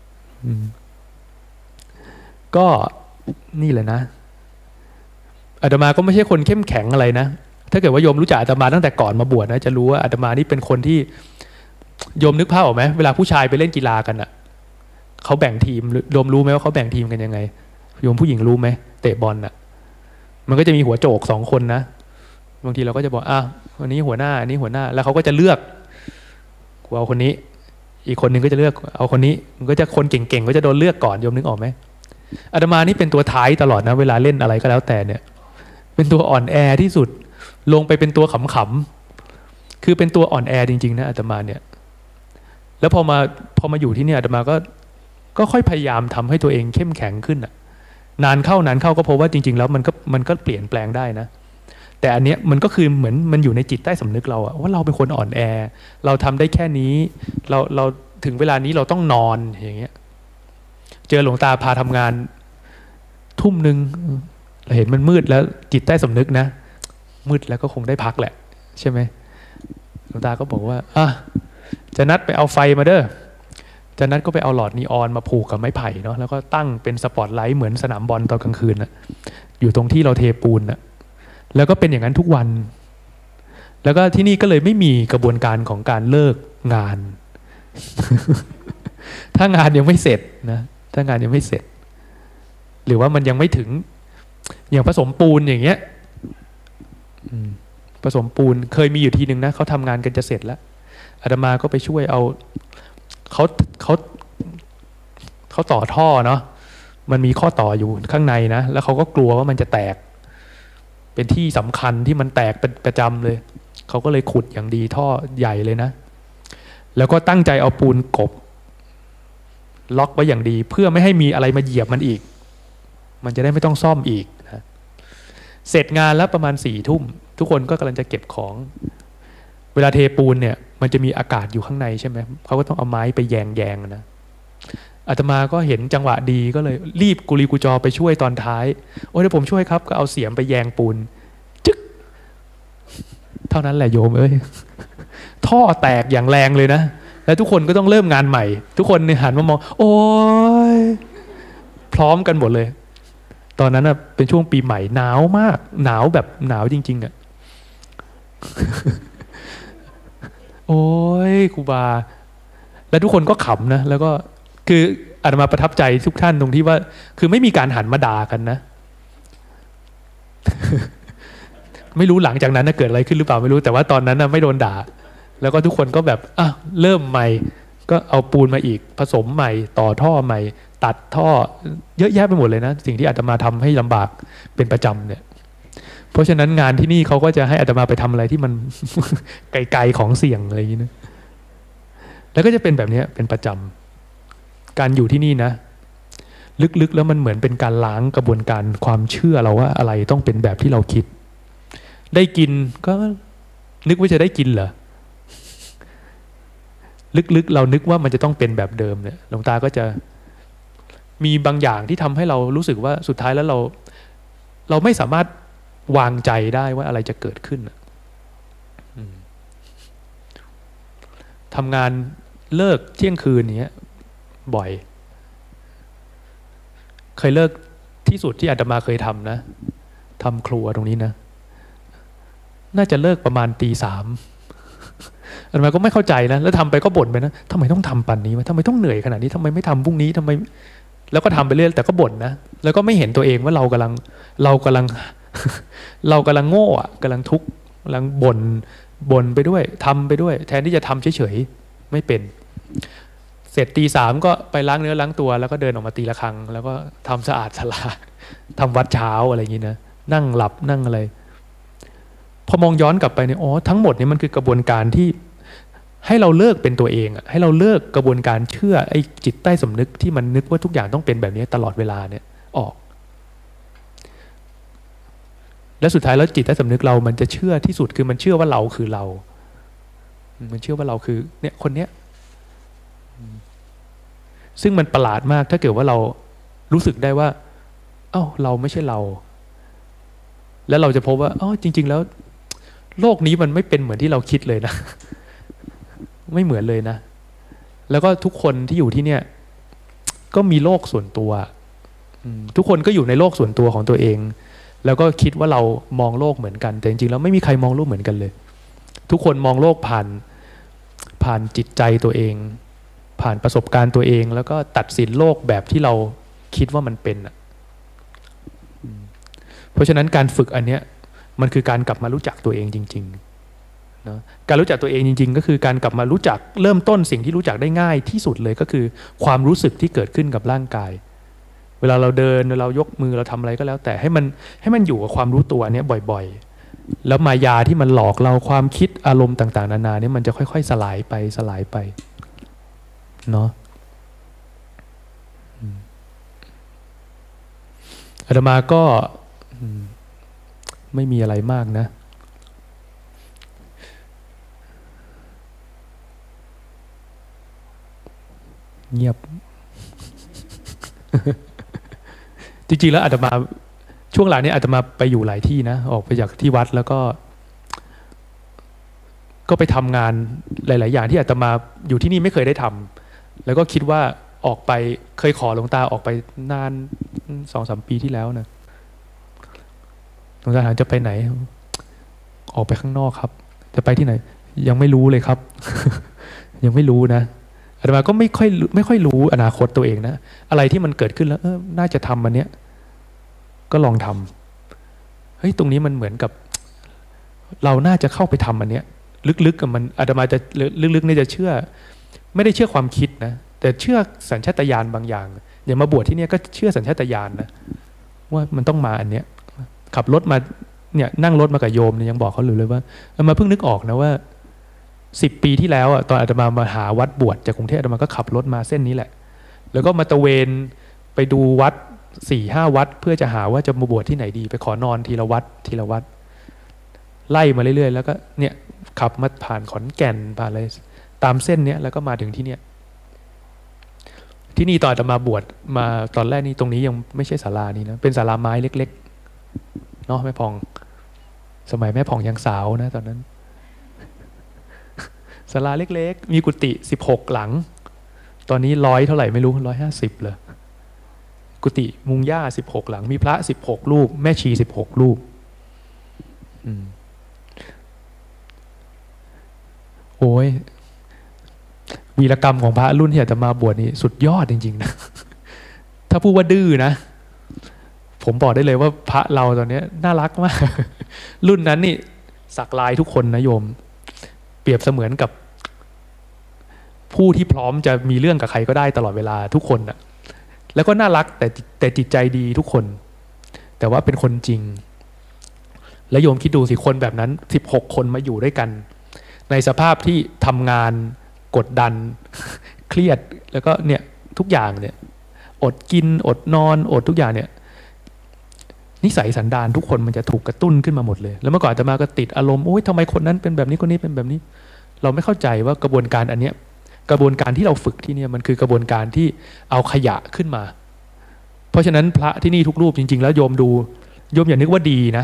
Speaker 1: ก็นี่แหละนะอาตมาก็ไม่ใช่คนเข้มแข็งอะไรนะถ้าเกิดว่าโยมรู้จักอาตมาตั้งแต่ก่อนมาบวชนะจะรู้ว่าอาตมานี่เป็นคนที่โยมนึกภาพออกไหมเวลาผู้ชายไปเล่นกีฬากันอ่ะเขาแบ่งทีมโยมรู้ไหมว่าเขาแบ่งทีมกันยังไงโยมผู้หญิงรู้ไหมเตะบอลน่ะมันก็จะมีหัวโจก2 คนนะบางทีเราก็จะบอกวันนี้หัวหน้าอันนี้หัวหน้าแล้วเขาก็จะเลือกกูเอาคนนี้อีกคนนึงก็จะเลือกเอาคนนี้มันก็จะคนเก่งๆก็จะโดนเลือกก่อนโยมนึกออกไหมอาตมานี่เป็นตัวท้ายตลอดนะเวลาเล่นอะไรก็แล้วแต่เนี่ยเป็นตัวอ่อนแอที่สุดลงไปเป็นตัวขำๆคือเป็นตัวอ่อนแอจริงๆนะอาตมาเนี่ยแล้วพอมาอยู่ที่เนี่ยอาตมาก็ค่อยพยายามทำให้ตัวเองเข้มแข็งขึ้นนานเข้าก็พบว่าจริงๆแล้วมันก็เปลี่ยนแปลงได้นะแต่อันเนี้ยมันก็คือเหมือนมันอยู่ในจิตใต้สำนึกเราว่าเราเป็นคนอ่อนแอเราทำได้แค่นี้เราถึงเวลานี้เราต้องนอนอย่างเงี้ยเจอหลวงตาพาทำงานทุ่มนึงเราเห็นมันมืดแล้วจิตใต้สำนึกนะมืดแล้วก็คงได้พักแหละใช่ไหมหลวงตาก็บอกว่าจะนัดไปเอาไฟมาเด้อจะนัดก็ไปเอาหลอดนีออนมาผูกกับไม้ไผ่เนาะแล้วก็ตั้งเป็นสปอตไลท์เหมือนสนามบอลตอนกลางคืนนะอยู่ตรงที่เราเทปูนนะแล้วก็เป็นอย่างนั้นทุกวันแล้วก็ที่นี่ก็เลยไม่มีกระบวนการของการเลิกงาน ถ้างานยังไม่เสร็จนะถ้างานยังไม่เสร็จหรือว่ามันยังไม่ถึงอย่างผสมปูนอย่างเงี้ยผสมปูนเคยมีอยู่ทีนึงนะเขาทำงานกันจะเสร็จแล้วอาตมาก็ไปช่วยเอาเขาต่อท่อเนาะมันมีข้อต่ออยู่ข้างในนะแล้วเขาก็กลัวว่ามันจะแตกเป็นที่สำคัญที่มันแตกเป็นประจำเลยเขาก็เลยขุดอย่างดีท่อใหญ่เลยนะแล้วก็ตั้งใจเอาปูนกบล็อกไว้อย่างดีเพื่อไม่ให้มีอะไรมาเหยียบมันอีกมันจะได้ไม่ต้องซ่อมอีกนะเสร็จงานแล้วประมาณ4 ทุ่มทุกคนก็กำลังจะเก็บของเวลาเทปูนเนี่ยมันจะมีอากาศอยู่ข้างในใช่ไหมเขาก็ต้องเอาไม้ไปแยงนะอาตมาก็เห็นจังหวะดีก็เลยรีบกุลีกุจอไปช่วยตอนท้ายโอ้ยเดี๋ยวผมช่วยครับก็เอาเสียมไปแยงปูนจึ๊กเท่านั้นแหละโยมเอ้ยท่อแตกอย่างแรงเลยนะแล้วทุกคนก็ต้องเริ่มงานใหม่ทุกคนเนี่ยหันมามองโอ้ยพร้อมกันหมดเลยตอนนั้นนะเป็นช่วงปีใหม่หนาวมากหนาวแบบหนาวจริงๆโอ้ยครูบาแล้วทุกคนก็ขำนะแล้วก็คืออาตมาประทับใจทุกท่านตรงที่ว่าคือไม่มีการหันมาด่ากันนะ ไม่รู้หลังจากนั้นเกิดอะไรขึ้นหรือเปล่าไม่รู้แต่ว่าตอนนั้นไม่โดนด่าแล้วก็ทุกคนก็แบบเริ่มใหม่ก็เอาปูนมาอีกผสมใหม่ต่อท่อใหม่ตัดท่อเยอะแยะไปหมดเลยนะสิ่งที่อาตมาทำให้ลำบากเป็นประจำเนี่ยเพราะฉะนั้นงานที่นี่เขาก็จะให้อาตมาไปทำอะไรที่มัน ไกลๆของเสี่ยงอะไรอย่างนี้นะแล้วก็จะเป็นแบบนี้เป็นประจำการอยู่ที่นี่นะลึกๆแล้วมันเหมือนเป็นการล้างกระบวนการความเชื่อเราว่าอะไรต้องเป็นแบบที่เราคิดได้กินก็นึกว่าจะได้กินเหรอลึกๆเรานึกว่ามันจะต้องเป็นแบบเดิมเนี่ยหลวงตาก็จะมีบางอย่างที่ทำให้เรารู้สึกว่าสุดท้ายแล้วเราไม่สามารถวางใจได้ว่าอะไรจะเกิดขึ้นทำงานเลิกเที่ยงคืนเนี้ยบ่อยเคยเลิกที่สุดที่อาตมาเคยทำนะทำครัวตรงนี้นะน่าจะเลิกประมาณตี 3อาตมาก็ไม่เข้าใจนะแล้วทำไปก็บ่นไปนะทำไมต้องทำปันนี้วะทำไมต้องเหนื่อยขนาดนี้ทำไมไม่ทำพรุ่งนี้ทำไมแล้วก็ทำไปเรื่อยแต่ก็บ่นนะแล้วก็ไม่เห็นตัวเองว่าเรากำลังโง่กำลังทุกข์กำลังบ่นไปด้วยทำไปด้วยแทนที่จะทำเฉยๆไม่เป็นเสร็จตี 3ก็ไปล้างเนื้อล้างตัวแล้วก็เดินออกมาตีละครังแล้วก็ทำสะอาดศาลาทำวัดเช้าอะไรอย่างนี้นะนั่งหลับนั่งอะไรพอมองย้อนกลับไปเนี่ยทั้งหมดนี้มันคือกระบวนการที่ให้เราเลิกเป็นตัวเองให้เราเลิกกระบวนการเชื่อไอ้จิตใต้สำนึกที่มันนึกว่าทุกอย่างต้องเป็นแบบนี้ตลอดเวลาเนี่ยออกและสุดท้ายแล้วจิตใต้สำนึกเรามันจะเชื่อที่สุดคือมันเชื่อว่าเราคือเรามันเชื่อว่าเราคือเนี่ยคนเนี้ยซึ่งมันประหลาดมากถ้าเกิดว่าเรารู้สึกได้ว่าเราไม่ใช่เราแล้วเราจะพบว่าจริงๆแล้วโลกนี้มันไม่เป็นเหมือนที่เราคิดเลยนะไม่เหมือนเลยนะแล้วก็ทุกคนที่อยู่ที่เนี่ยก็มีโลกส่วนตัวทุกคนก็อยู่ในโลกส่วนตัวของตัวเองแล้วก็คิดว่าเรามองโลกเหมือนกันแต่จริงๆแล้วไม่มีใครมองโลกเหมือนกันเลยทุกคนมองโลกผ่านจิตใจตัวเองผ่านประสบการณ์ตัวเองแล้วก็ตัดสินโลกแบบที่เราคิดว่ามันเป็นเพราะฉะนั้นการฝึกอันเนี้ยมันคือการกลับมารู้จักตัวเองจริงๆนะการรู้จักตัวเองจริงๆก็คือการกลับมารู้จักเริ่มต้นสิ่งที่รู้จักได้ง่ายที่สุดเลยก็คือความรู้สึกที่เกิดขึ้นกับร่างกายเวลาเราเดินเรายกมือเราทำอะไรก็แล้วแต่ให้มันอยู่กับความรู้ตัวเนี้ยบ่อยๆแล้วมายาที่มันหลอกเราความคิดอารมณ์ต่างๆนานาเนี่ยมันจะค่อยๆสลายไปเนาะอาตมาก็ไม่มีอะไรมากนะเงียบ จริงๆแล้วอาตมาช่วงหลังนี้อาตมาไปอยู่หลายที่นะออกไปจากที่วัดแล้วก็ไปทำงานหลายๆอย่างที่อาตมาอยู่ที่นี่ไม่เคยได้ทำแล้วก็คิดว่าออกไปเคยขอหลวงตาออกไปนาน2-3 ปีที่แล้วนะหลวงตาถามจะไปไหนออกไปข้างนอกครับจะไปที่ไหนยังไม่รู้เลยครับ ยังไม่รู้นะอาตมาก็ไม่ค่อยรู้อนาคตตัวเองนะอะไรที่มันเกิดขึ้นแล้วน่าจะทำมันเนี้ยก็ลองทำเฮ้ยตรงนี้มันเหมือนกับเราน่าจะเข้าไปทำอันเนี้ยลึกๆกับมันอาตมาจะลึกๆนี่จะเชื่อไม่ได้เชื่อความคิดนะแต่เชื่อสัญชาตญาณบางอย่างอย่างมาบวชที่นี่ก็เชื่อสัญชาตญาณนะว่ามันต้องมาอันเนี้ยขับรถมาเนี่ยนั่งรถมากับโยมเนี่ยยังบอกเขาเลยว่ามาเพิ่งนึกออกนะว่า10 ปีที่แล้วอ่ะตอนอาตมาหาวัดบวชจากกรุงเทพอาตมาก็ขับรถมาเส้นนี้แหละแล้วก็มาตะเวนไปดูวัด4-5 วัดเพื่อจะหาว่าจะมาบวชที่ไหนดีไปขอนอนทีละวัดไล่มาเรื่อยๆแล้วก็เนี่ยขับมาผ่านขอนแก่นผ่านอะไรตามเส้นเนี้ยแล้วก็มาถึงที่เนี่ยที่นี่ตอนอาตมาบวชมาตอนแรกนี่ตรงนี้ยังไม่ใช่ศาลานี้นะเป็นศาลาไม้เล็กๆเนาะแม่พองสมัยแม่พองยังสาวนะตอนนั้นศาลาเล็กๆมีกุฏิ16 หลังตอนนี้100เท่าไหร่ไม่รู้150เลยกุฏิมุงหญ้า16 หลังมีพระ16 รูปแม่ชี16 รูปโอ้ยวีรกรรมของพระรุ่นที่อาตมาบวชนี่สุดยอดจริงๆนะถ้าพูดว่าดื้อนะผมบอกได้เลยว่าพระเราตอนนี้น่ารักมากรุ่นนั้นนี่สักลายทุกคนนะโยมเปรียบเสมือนกับผู้ที่พร้อมจะมีเรื่องกับใครก็ได้ตลอดเวลาทุกคนน่ะแล้วก็น่ารักแต่จิตใจดีทุกคนแต่ว่าเป็นคนจริงแล้วโยมคิดดูสิคนแบบนั้น16 คนมาอยู่ด้วยกันในสภาพที่ทำงานกดดันเครียดแล้วก็เนี่ยทุกอย่างเนี่ยอดกินอดนอนอดทุกอย่างเนี่ยนิสัยสันดานทุกคนมันจะถูกกระตุ้นขึ้นมาหมดเลยแล้วเมื่อก่อนอาตมาก็ติดอารมณ์โอ๊ยทำไมคนนั้นเป็นแบบนี้คนนี้เป็นแบบนี้เราไม่เข้าใจว่ากระบวนการอันเนี้ยกระบวนการที่เราฝึกที่นี่มันคือกระบวนการที่เอาขยะขึ้นมาเพราะฉะนั้นพระที่นี่ทุกรูปจริงๆแล้วโยมดูโยมอย่านึกว่าดีนะ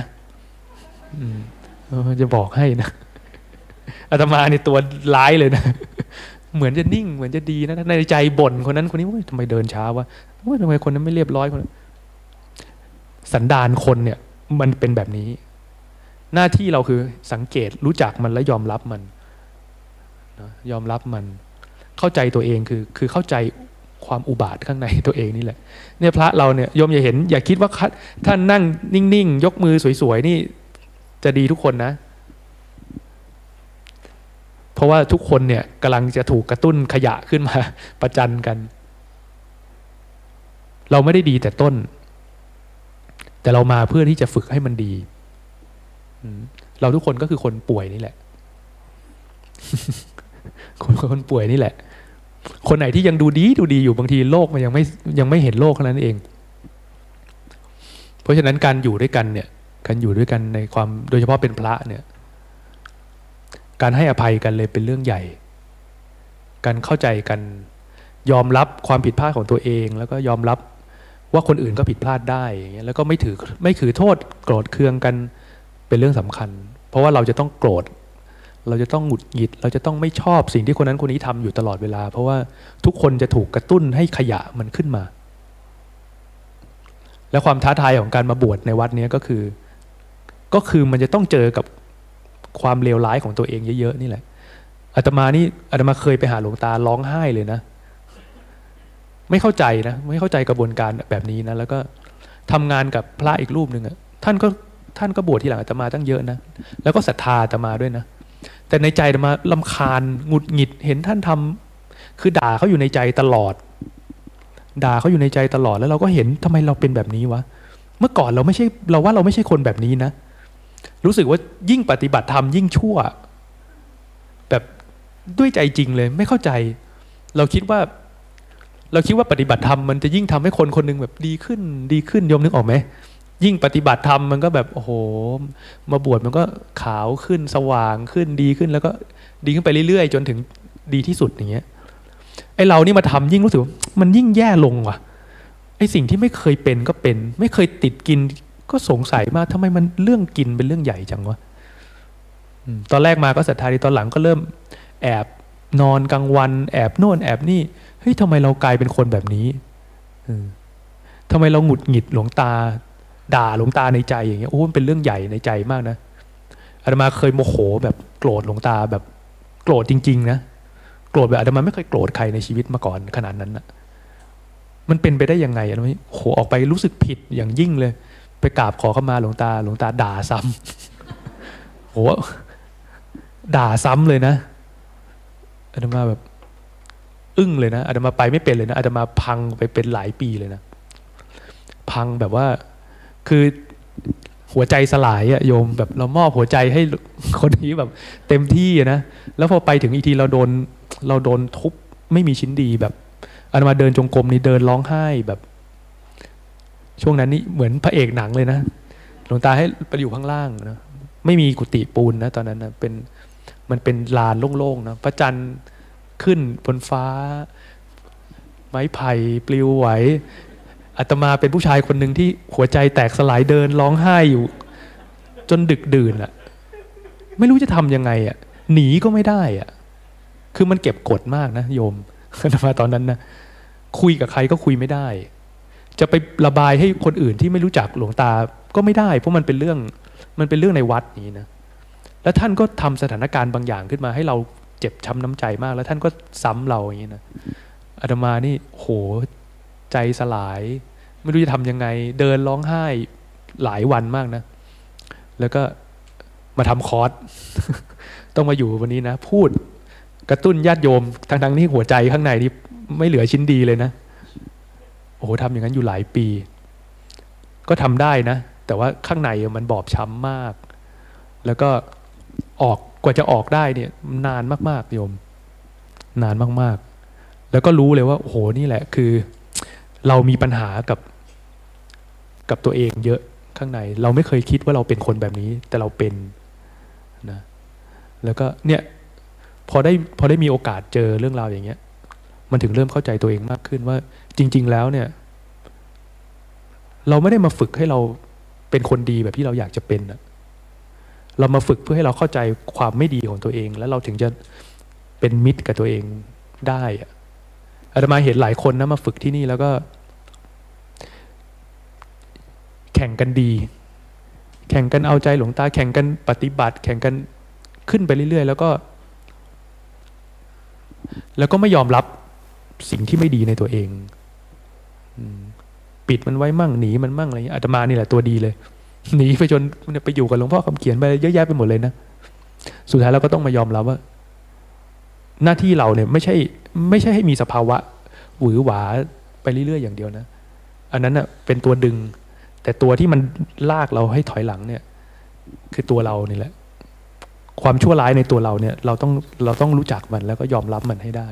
Speaker 1: จะบอกให้นะอาตมาในตัวร้ายเลยนะเหมือนจะนิ่งเหมือนจะดีนะในใจบ่นคนนั้นคนนี้ทำไมเดินช้าวะทำไมคนนั้นไม่เรียบร้อยคนนั้นสันดานคนเนี่ยมันเป็นแบบนี้หน้าที่เราคือสังเกตรู้จักมันและยอมรับมันยอมรับมันเข้าใจตัวเองคือเข้าใจความอุบาทข้างในตัวเองนี่แหละเนี่ยพระเราเนี่ยโยมอย่าคิดว่าท่านนั่งนิ่งๆยกมือสวยๆนี่จะดีทุกคนนะเพราะว่าทุกคนเนี่ยกำลังจะถูกกระตุ้นขยะขึ้นมาประจันกันเราไม่ได้ดีแต่ต้นแต่เรามาเพื่อที่จะฝึกให้มันดีเราทุกคนก็คือคนป่วยนี่แหละ คนป่วยนี่แหละคนไหนที่ยังดูดีอยู่บางทีโลกมันยังไม่เห็นโลกเท่านั้นเองเพราะฉะนั้นการอยู่ด้วยกันเนี่ยการอยู่ด้วยกันในความโดยเฉพาะเป็นพระเนี่ยการให้อภัยกันเลยเป็นเรื่องใหญ่การเข้าใจกันยอมรับความผิดพลาดของตัวเองแล้วก็ยอมรับว่าคนอื่นก็ผิดพลาดได้อย่างเงี้ยแล้วก็ไม่ถือโทษโกรธเคืองกันเป็นเรื่องสำคัญเพราะว่าเราจะต้องโกรธเราจะต้องหงุดหงิดเราจะต้องไม่ชอบสิ่งที่คนนั้นคนนี้ทำอยู่ตลอดเวลาเพราะว่าทุกคนจะถูกกระตุ้นให้ขยะมันขึ้นมาและความท้าทายของการมาบวชในวัดนี้ก็คือมันจะต้องเจอกับความเลวร้ายของตัวเองเยอะๆนี่แหละอาตมาเคยไปหาหลวงตาร้องไห้เลยนะไม่เข้าใจนะไม่เข้าใจกระบวนการแบบนี้นะแล้วก็ทำงานกับพระอีกรูปหนึ่งอะท่านก็บวชทีหลังอาตมาตั้งเยอะนะแล้วก็ศรัทธาอาตมาด้วยนะแต่ในใจอาตมารำคาญหงุดหงิดเห็นท่านทำคือด่าเขาอยู่ในใจตลอดด่าเขาอยู่ในใจตลอดแล้วเราก็เห็นทำไมเราเป็นแบบนี้วะเมื่อก่อนเราไม่ใช่เราว่าเราไม่ใช่คนแบบนี้นะรู้สึกว่ายิ่งปฏิบัติธรรมยิ่งชั่วแบบด้วยใจจริงเลยไม่เข้าใจเราคิดว่าปฏิบัติธรรมมันจะยิ่งทำให้คนคนนึงแบบดีขึ้นโยมนึกออกไหมยิ่งปฏิบัติธรรมมันก็แบบโอ้โหมาบวชมันก็ขาวขึ้นสว่างขึ้นดีขึ้นแล้วก็ดีขึ้นไปเรื่อยๆจนถึงดีที่สุดอย่างเงี้ยไอเรานี่มาทำยิ่งรู้สึกมันยิ่งแย่ลงว่ะไอสิ่งที่ไม่เคยเป็นก็เป็นไม่เคยติดกินก็สงสัยมากทำไมมันเรื่องกินเป็นเรื่องใหญ่จังวะตอนแรกมาก็ศรัทธาดีตอนหลังก็เริ่มแอบนอนกลางวันแอบโน่นแอบนี่เฮ้ยทำไมเรากลายเป็นคนแบบนี้ทำไมเราหงุดหงิดหลวงตาด่าหลวงตาในใจอย่างเงี้ยโอ้มันเป็นเรื่องใหญ่ในใจมากนะอาตมาเคยโมโหแบบโกรธหลวงตาแบบโกรธจริงๆนะโกรธแบบอาตมาไม่เคยโกรธใครในชีวิตมาก่อนขนาดนั้นนะมันเป็นไปได้ยังไงอาตมาโหออกไปรู้สึกผิดอย่างยิ่งเลยไปกราบขอเข้ามาหลวงตาด่าซ้ำโหด่าซ้ำเลยนะอาตมาแบบอึ้งเลยนะอาตมาไปไม่เป็นเลยนะอาตมาพังไปเป็นหลายปีเลยนะพังแบบว่าคือหัวใจสลายอะโยมแบบเรามอบหัวใจให้คนนี้แบบเต็มที่นะแล้วพอไปถึงอีกทีเราโดนทุบไม่มีชิ้นดีแบบอาตมาเดินจงกรมนี่เดินร้องไห้แบบช่วงนั้นนี่เหมือนพระเอกหนังเลยนะหลวงตาให้ไปอยู่ข้างล่างนะไม่มีกุฏิปูนนะตอนนั้นนะมันเป็นลานโล่งๆนะพระจันทร์ขึ้นบนฟ้าไม้ไผ่ปลิวไหวอาตมาเป็นผู้ชายคนหนึ่งที่หัวใจแตกสลายเดินร้องไห้อยู่จนดึกดื่นอ่ะไม่รู้จะทำยังไงอ่ะหนีก็ไม่ได้อ่ะคือมันเก็บกดมากนะโยมอาตมาตอนนั้นนะคุยกับใครก็คุยไม่ได้จะไประบายให้คนอื่นที่ไม่รู้จักหลวงตาก็ไม่ได้เพราะมันเป็นเรื่องในวัดนี้นะแล้วท่านก็ทำสถานการณ์บางอย่างขึ้นมาให้เราเจ็บช้ำน้ำใจมากแล้วท่านก็ซ้ำเราอย่างนี้นะอาตมานี่โหใจสลายไม่รู้จะทำยังไงเดินร้องไห้หลายวันมากนะแล้วก็มาทำคอร์ส ต้องมาอยู่วันนี้นะพูดกระตุ้นญาติโยมทั้งที่หัวใจข้างในนี่ไม่เหลือชิ้นดีเลยนะโอ้โหทำอย่างนั้นอยู่หลายปีก็ทำได้นะแต่ว่าข้างในมันบอบช้ำมากแล้วก็กว่าจะออกได้เนี่ยนานมากๆโยมนานมากๆแล้วก็รู้เลยว่าโอ้โหนี่แหละคือเรามีปัญหากับตัวเองเยอะข้างในเราไม่เคยคิดว่าเราเป็นคนแบบนี้แต่เราเป็นนะแล้วก็เนี่ยพอได้มีโอกาสเจอเรื่องราวอย่างเงี้ยมันถึงเริ่มเข้าใจตัวเองมากขึ้นว่าจริงๆแล้วเนี่ยเราไม่ได้มาฝึกให้เราเป็นคนดีแบบที่เราอยากจะเป็นนะเรามาฝึกเพื่อให้เราเข้าใจความไม่ดีของตัวเองแล้วเราถึงจะเป็นมิตรกับตัวเองได้อาตมาเห็นหลายคนนะมาฝึกที่นี่แล้วก็แข่งกันดีแข่งกันเอาใจหลวงตาแข่งกันปฏิบัติแข่งกันขึ้นไปเรื่อยๆแล้วก็ไม่ยอมรับสิ่งที่ไม่ดีในตัวเองปิดมันไว้มั่งหนีมันมั่งอะไรอย่างเงี้ยอาตมานี่แหละตัวดีเลยหนีไปจนไปอยู่กับหลวงพ่อคำเขียนไปเยอะแยะไปหมดเลยนะสุดท้ายเราก็ต้องมายอมรับว่าหน้าที่เราเนี่ยไม่ใช่ให้มีสภาวะหวือหวาไปเรื่อยๆอย่างเดียวนะอันนั้นน่ะเป็นตัวดึงแต่ตัวที่มันลากเราให้ถอยหลังเนี่ยคือตัวเรานี่แหละความชั่วร้ายในตัวเราเนี่ยเราต้องรู้จักมันแล้วก็ยอมรับมันให้ได้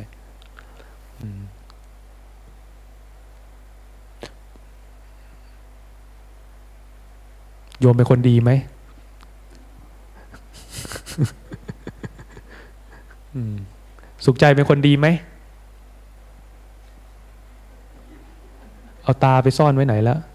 Speaker 1: โยมเป็นคนดีไหมสุขใจเป็นคนดีไหมเอาตาไปซ่อนไว้ไหนแล้ว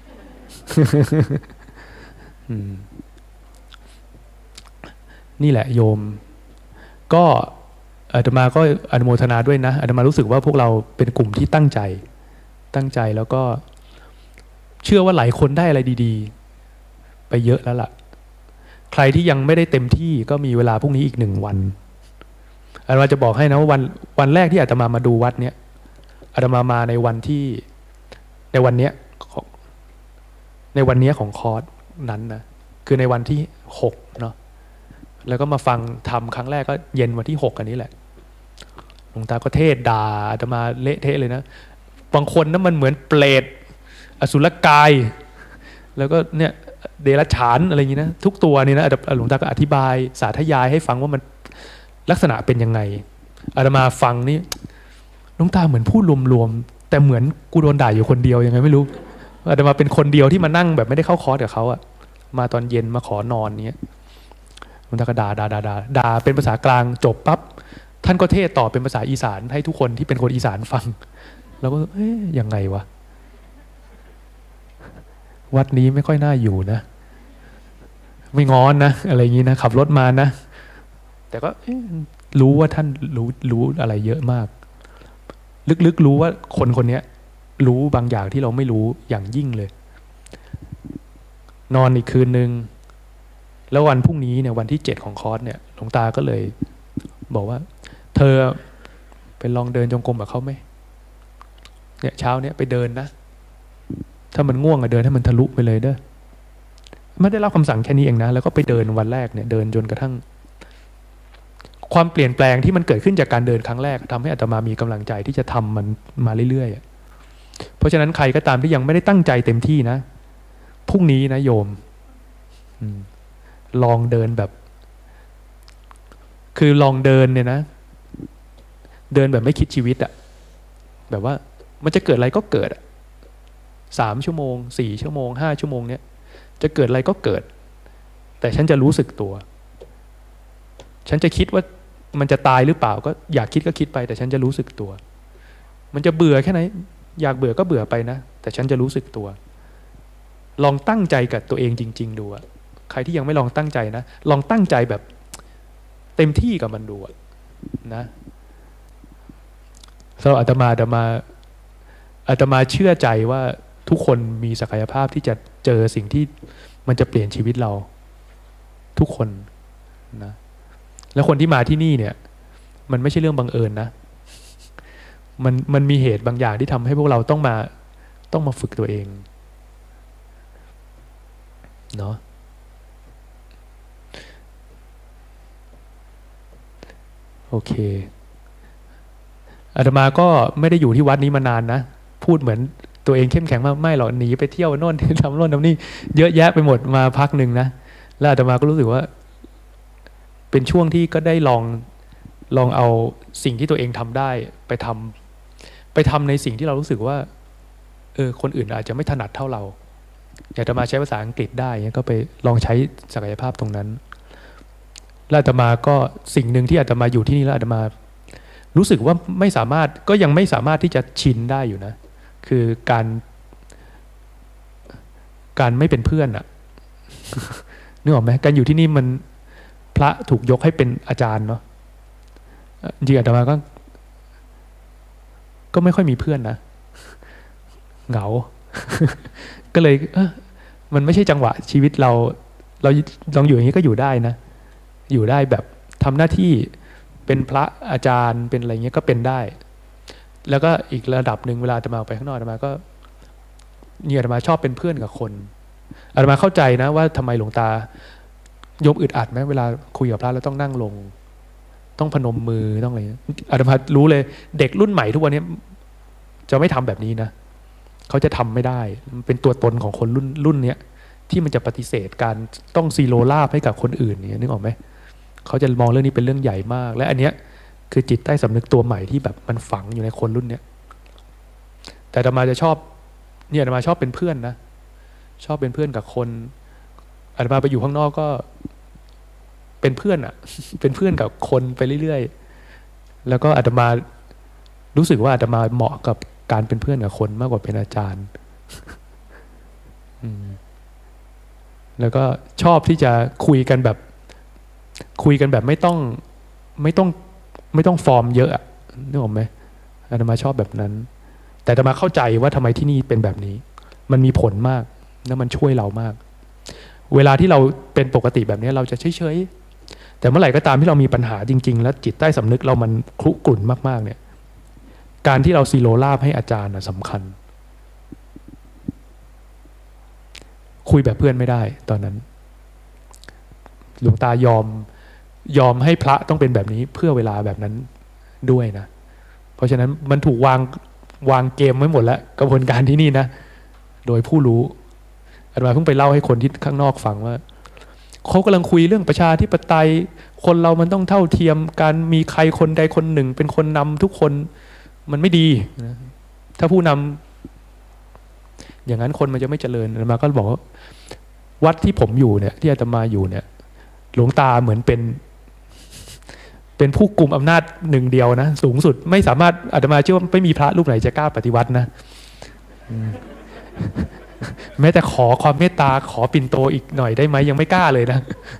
Speaker 1: นี่แหละโยมก็อาตมาก็อนุโมทนาด้วยนะอาตมารู้สึกว่าพวกเราเป็นกลุ่มที่ตั้งใจแล้วก็เชื่อว่าหลายคนได้อะไรดีๆไปเยอะแล้วล่ะใครที่ยังไม่ได้เต็มที่ก็มีเวลาพรุ่งนี้อีก1 วันอาตมาจะบอกให้นะว่าวันแรกที่อาตมาดูวัดเนี้ยออาตมาในวันที่ในวันเนี้ยของในวันเนี้ยของคอร์สนั้นนะคือในวันที่6เนาะแล้วก็มาฟังทำครั้งแรกก็เย็นวันที่6อันนี้แหละหลวงตาก็เทศด่าอาตมาเละเทะเลยนะบางคนนั้นมันเหมือนเปรตอสุรกายแล้วก็เนี่ยเดรัจฉานอะไรอย่างนี้นะทุกตัวนี่นะหลวงตาก็อธิบายสาธยายให้ฟังว่ามันลักษณะเป็นยังไงอาตมาฟังนี่หลวงตาเหมือนพูดรวมๆแต่เหมือนกูโดนด่าอยู่คนเดียวยังไงไม่รู้อาตมาเป็นคนเดียวที่มานั่งแบบไม่ได้เข้าคอร์สกับเขาอะมาตอนเย็นมาขอนอนเนี้ยหลวงตาก็ด่าเป็นภาษากลางจบปั๊บท่านก็เทศต่อเป็นภาษาอีสานให้ทุกคนที่เป็นคนอีสานฟังแล้วก็เอ๊ยยังไงวะวัดนี้ไม่ค่อยน่าอยู่นะไม่งอนนะอะไรอย่างนี้นะขับรถมานะแต่ก็รู้ว่าท่านรู้อะไรเยอะมากลึกๆรู้ว่าคนคนนี้รู้บางอย่างที่เราไม่รู้อย่างยิ่งเลยนอนอีกคืนนึงแล้ววันพรุ่งนี้เนี่ยวันที่7ของคอร์สเนี่ยหลวงตาก็เลยบอกว่าเธอไปลองเดินจงกรมกับเขาไหมเนี่ยเช้าเนี่ยไปเดินนะถ้ามันง่วงอะเดินให้มันทะลุไปเลยเด้อไม่ได้รับคำสั่งแค่นี้เองนะแล้วก็ไปเดินวันแรกเนี่ยเดินจนกระทั่งความเปลี่ยนแปลงที่มันเกิดขึ้นจากการเดินครั้งแรกทำให้อาตมามีกำลังใจที่จะทำมันมาเรื่อยๆเพราะฉะนั้นใครก็ตามที่ยังไม่ได้ตั้งใจเต็มที่นะพรุ่งนี้นะโยมลองเดินแบบคือลองเดินเนี่ยนะเดินแบบไม่คิดชีวิตอะแบบว่ามันจะเกิดอะไรก็เกิด3 ชั่วโมง4 ชั่วโมง5 ชั่วโมงเนี่ยจะเกิดอะไรก็เกิดแต่ฉันจะรู้สึกตัวฉันจะคิดว่ามันจะตายหรือเปล่าก็อยากคิดก็คิดไปแต่ฉันจะรู้สึกตัวมันจะเบื่อแค่ไหนอยากเบื่อก็เบื่อไปนะแต่ฉันจะรู้สึกตัวลองตั้งใจกับตัวเองจริงๆดูใครที่ยังไม่ลองตั้งใจนะลองตั้งใจแบบเต็มที่กับมันดูนะสำหรับอาตมาเชื่อใจว่าทุกคนมีศักยภาพที่จะเจอสิ่งที่มันจะเปลี่ยนชีวิตเราทุกคนนะแล้วคนที่มาที่นี่เนี่ยมันไม่ใช่เรื่องบังเอิญนะมันมีเหตุบางอย่างที่ทำให้พวกเราต้องมาฝึกตัวเองเนาะโอเคอาตมาก็ไม่ได้อยู่ที่วัดนี้มานานนะพูดเหมือนตัวเองเข้มแข็งมากไม่หรอกหนีไปเที่ยวโน่นทำโน่นทำนี่เยอะแยะไปหมดมาพักหนึ่งนะแล้วอาตมาก็รู้สึกว่าเป็นช่วงที่ก็ได้ลองเอาสิ่งที่ตัวเองทำได้ไปทำในสิ่งที่เรารู้สึกว่าคนอื่นอาจจะไม่ถนัดเท่าเราอยากจะมาใช้ภาษาอังกฤษได้ก็ไปลองใช้ศักยภาพตรงนั้นแล้วอาตมาก็สิ่งหนึ่งที่อาตมาอยู่ที่นี่แล้วอาตมารู้สึกว่าไม่สามารถก็ยังไม่สามารถที่จะชินได้อยู่นะคือการไม่เป็นเพื่อนอะนึกออกไหมการอยู่ที่นี่มันพระถูกยกให้เป็นอาจารย์เนาะจริงๆอาตมาก็ไม่ค่อยมีเพื่อนนะเหงา ก็เลยมันไม่ใช่จังหวะชีวิตเราลองอยู่อย่างนี้ก็อยู่ได้นะอยู่ได้แบบทำหน้าที่เป็นพระอาจารย์เป็นอะไรเงี้ยก็เป็นได้แล้วก็อีกระดับหนึ่งเวลาอาตมาออกไปข้างนอกอาตมาก็อาตมาชอบเป็นเพื่อนกับคนอาตมาเข้าใจนะว่าทำไมหลวงตาโยมอึดอัดไหมเวลาคุยกับพระแล้วต้องนั่งลงต้องพนมมือต้องอะไรอาตมารู้เลยเด็กรุ่นใหม่ทุกวันนี้จะไม่ทำแบบนี้นะเขาจะทำไม่ได้มันเป็นตัวตนของคนรุ่นนี้ที่มันจะปฏิเสธการต้องซีโรราบให้กับคนอื่นเนี่ยนึกออกไหมเขาจะมองเรื่องนี้เป็นเรื่องใหญ่มากและอันเนี้ยคือจิตใต้สำนึกตัวใหม่ที่แบบมันฝังอยู่ในคนรุ่นเนี้ยแต่อาตมาจะชอบอาตมาชอบเป็นเพื่อนนะชอบเป็นเพื่อนกับคนอาตมาไปอยู่ข้างนอกก็เป็นเพื่อนเป็นเพื่อนกับคนไปเรื่อยๆแล้วก็อาตมารู้สึกว่าอาตมาเหมาะกับการเป็นเพื่อนกับคนมากกว่าเป็นอาจารย์แล้วก็ชอบที่จะคุยกันแบบไม่ต้องฟอร์มเยอะนึกออกไหมอาตมาชอบแบบนั้นแต่อาตมาเข้าใจว่าทำไมที่นี่เป็นแบบนี้มันมีผลมากแล้วมันช่วยเรามากเวลาที่เราเป็นปกติแบบนี้เราจะเฉยๆแต่เมื่อไหร่ก็ตามที่เรามีปัญหาจริงๆแล้วจิตใต้สำนึกเรามันคลุกรุ่นมากๆเนี่ยการที่เราซีโรราบให้อาจารย์สำคัญคุยแบบเพื่อนไม่ได้ตอนนั้นหลวงตายอมให้พระต้องเป็นแบบนี้เพื่อเวลาแบบนั้นด้วยนะเพราะฉะนั้นมันถูกวางเกมไว้หมดแล้วกระบวนการที่นี่นะโดยผู้รู้อาตมาเพิ่งไปเล่าให้คนที่ข้างนอกฟังว่าเขากำลังคุยเรื่องประชาธิปไตยคนเรามันต้องเท่าเทียมการมีใครคนใดคนหนึ่งเป็นคนนำทุกคนมันไม่ดีนะถ้าผู้นำอย่างนั้นคนมันจะไม่เจริญอาตมาก็บอกว่าวัดที่ผมอยู่เนี่ยที่อาตมาอยู่เนี่ยหลวงตาเหมือนเป็นผู้กลุ่มอำนาจหนึ่งเดียวนะสูงสุดไม่สามารถอาตมาเชื่อว่าไม่มีพระรูปไหนจะกล้าปฏิวัตินะแม้แต่ขอความเมตตาขอปิ่นโตอีกหน่อยได้ไหมยังไม่กล้าเลยนะ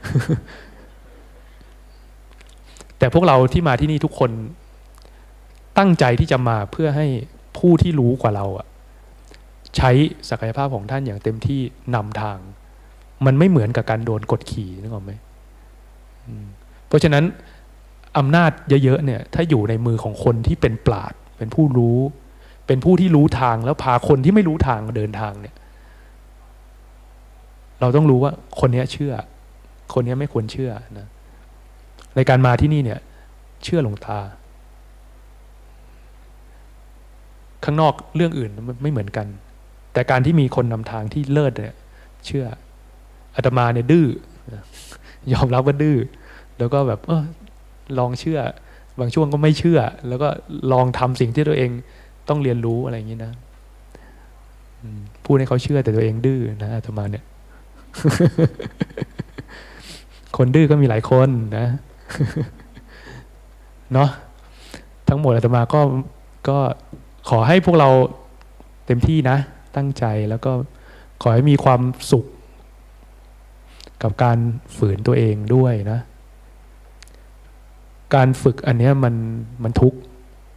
Speaker 1: แต่พวกเราที่มาที่นี่ทุกคนตั้งใจที่จะมาเพื่อให้ผู้ที่รู้กว่าเราใช้ศักยภาพของท่านอย่างเต็มที่นำทางมันไม่เหมือนกับการโดนกดขี่นึกออกไหมเพราะฉะนั้นอำนาจเยอะๆเนี่ยถ้าอยู่ในมือของคนที่เป็นปราชญ์เป็นผู้รู้เป็นผู้ที่รู้ทางแล้วพาคนที่ไม่รู้ทางเดินทางเนี่ยเราต้องรู้ว่าคนนี้เชื่อคนนี้ไม่ควรเชื่อนะในการมาที่นี่เนี่ยเชื่อหลวงตาข้างนอกเรื่องอื่นไม่เหมือนกันแต่การที่มีคนนำทางที่เลิศเนี่ยเชื่ออาตมาเนี่ยดื้อยอมรับว่าดื้อแล้วก็แบบลองเชื่อบางช่วงก็ไม่เชื่อแล้วก็ลองทำสิ่งที่ตัวเองต้องเรียนรู้อะไรอย่างนี้นะพูดให้เขาเชื่อแต่ตัวเองดื้อนะอาตมาเนี่ย คนดื้อก็มีหลายคนนะเนาะทั้งหมดอาตมาก็ขอให้พวกเราเต็มที่นะตั้งใจแล้วก็ขอให้มีความสุขกับการฝืนตัวเองด้วยนะการฝึกอันนี้มันทุกข์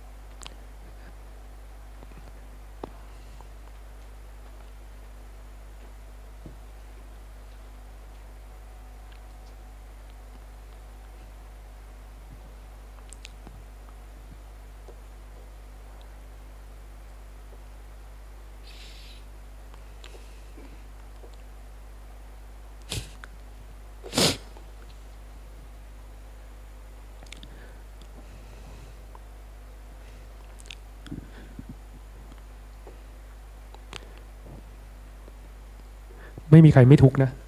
Speaker 1: ไม่มีใครไม่ทุกข์นะ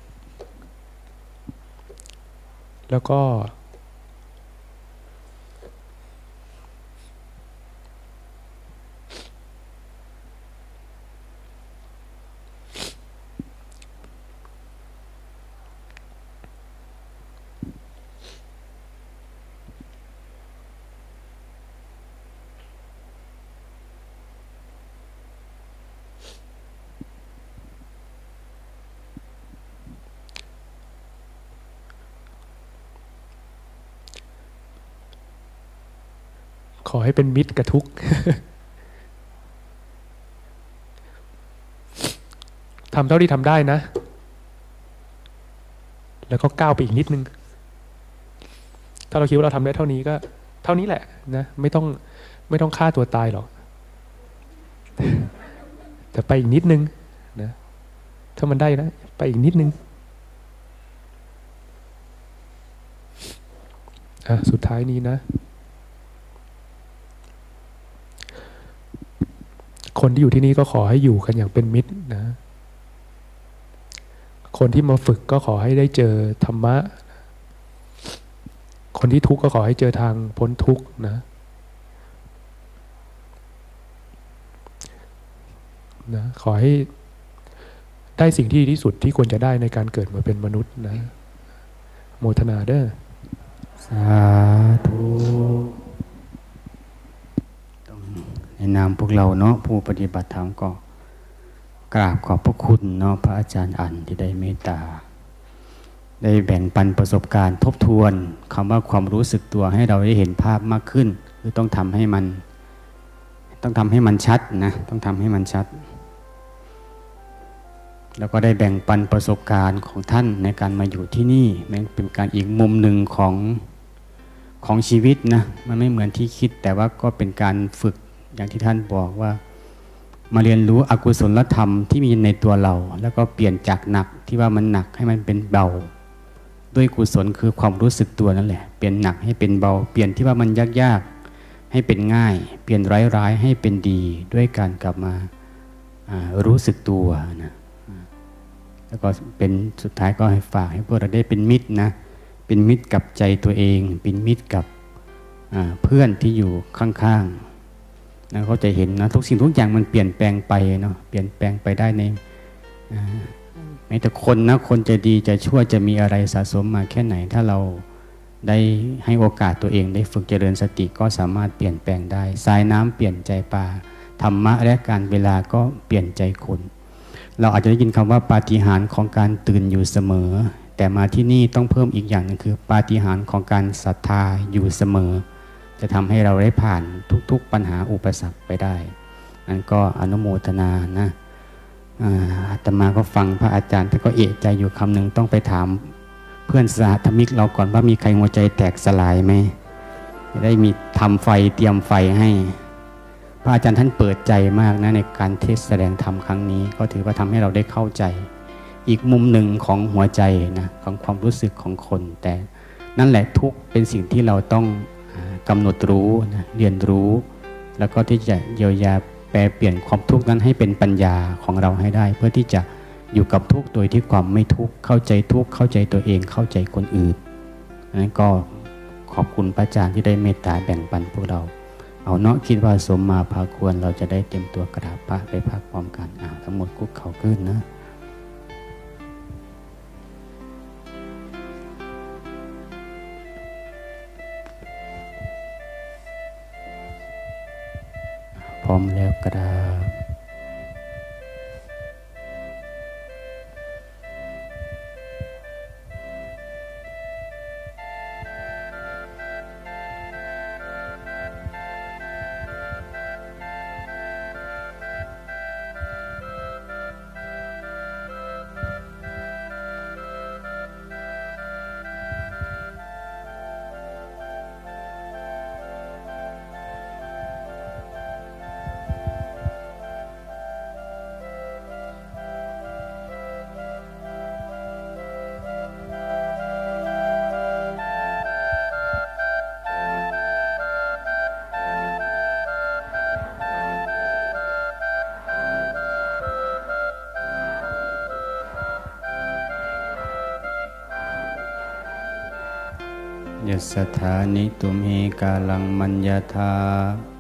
Speaker 1: แล้วก็ขอให้เป็นมิตรกับทุกข์ ทำเท่าที่ทำได้นะแล้วก็ก้าวไปอีกนิดนึงถ้าเราคิดว่าเราทำได้เท่านี้ก็เท่านี้แหละนะไม่ต้องฆ่าตัวตายหรอก แต่ไปอีกนิดนึงนะถ้ามันได้นะไปอีกนิดนึงสุดท้ายนี้นะคนที่อยู่ที่นี่ก็ขอให้อยู่กันอย่างเป็นมิตรนะคนที่มาฝึกก็ขอให้ได้เจอธรรมะคนที่ทุกข์ก็ขอให้เจอทางพ้นทุกข์นะขอให้ได้สิ่งที่ดีที่สุดที่ควรจะได้ในการเกิดมาเป็นมนุษย์นะโมทนาเด้อ
Speaker 2: สาธุในนามพวกเราเนาะผู้ปฏิบัติธรรมก็กราบขอบพระคุณเนาะพระอาจารย์อั๋นที่ได้เมตตาได้แบ่งปันประสบการณ์ทบทวนคำว่าความรู้สึกตัวให้เราได้เห็นภาพมากขึ้นคือต้องทำให้มันชัดนะต้องทำให้มันชัดแล้วก็ได้แบ่งปันประสบการณ์ของท่านในการมาอยู่ที่นี่มันเป็นการอีกมุมหนึ่งของชีวิตนะมันไม่เหมือนที่คิดแต่ว่าก็เป็นการฝึกอย่างที่ท่านบอกว่ามาเรียนรู้อกุศลธรรมที่มีในตัวเราแล้วก็เปลี่ยนจากหนักที่ว่ามันหนักให้มันเป็นเบาด้วยกุศลคือความรู้สึกตัวนั่นแหละเปลี่ยนหนักให้เป็นเบาเปลี่ยนที่ว่ามันยากๆให้เป็นง่ายเปลี่ยนร้ายๆให้เป็นดีด้วยการกลับมารู้สึกตัวนะแล้วก็เป็นสุดท้ายก็ให้ฝากให้พวกเราได้เป็นมิตรนะเป็นมิตรกับใจตัวเองเป็นมิตรกับเพื่อนที่อยู่ข้างๆนะเขาจะเห็นนะทุกสิ่งทุกอย่างมันเปลี่ยนแปลงไปเนาะเปลี่ยนแปลงไปได้ในแม้แต่คนนะคนจะดีจะชั่วจะมีอะไรสะสมมาแค่ไหนถ้าเราได้ให้โอกาสตัวเองได้ฝึกเจริญสติก็สามารถเปลี่ยนแปลงได้สายน้ำเปลี่ยนใจปลาธรรมะและการเวลาก็เปลี่ยนใจคนเราอาจจะได้ยินคำว่าปาฏิหาริย์ของการตื่นอยู่เสมอแต่มาที่นี่ต้องเพิ่มอีกอย่างนึงคือปาฏิหาริย์ของการศรัทธาอยู่เสมอจะทำให้เราได้ผ่านทุกๆปัญหาอุปสรรคไปได้นั่นก็อนุโมทนานะอาตมาก็ฟังพระอาจารย์แต่ก็เอะใจอยู่คำหนึ่งต้องไปถามเพื่อนสหธรรมิกเราก่อนว่ามีใครหัวใจแตกสลายไหมจะได้มีทำไฟเตรียมไฟให้พระอาจารย์ท่านเปิดใจมากนะในการเทศแสดงธรรมครั้งนี้ก็ถือว่าทำให้เราได้เข้าใจอีกมุมหนึ่งของหัวใจนะของความรู้สึกของคนแต่นั่นแหละทุกเป็นสิ่งที่เราต้องกำหนดรู้นะเรียนรู้แล้วก็ที่จะเยียวยาแปลเปลี่ยนความทุกข์นั้นให้เป็นปัญญาของเราให้ได้เพื่อที่จะอยู่กับทุกข์โดยที่ความไม่ทุกข์เข้าใจทุกข์เข้าใจตัวเองเข้าใจคนอื่นนั้นก็ขอบคุณพระอาจารย์ที่ได้เมตตาแบ่งปันพวกเราเอาเนาะคิดว่าสมมาพาควรเราจะได้เตรียมตัวกราบพระไปพักพร้อมกันทั้งหมดคุกเข่าขึ้นนะพร้อมแล้วกราบยัสสถานิตุมเหกาลังมัญญาธา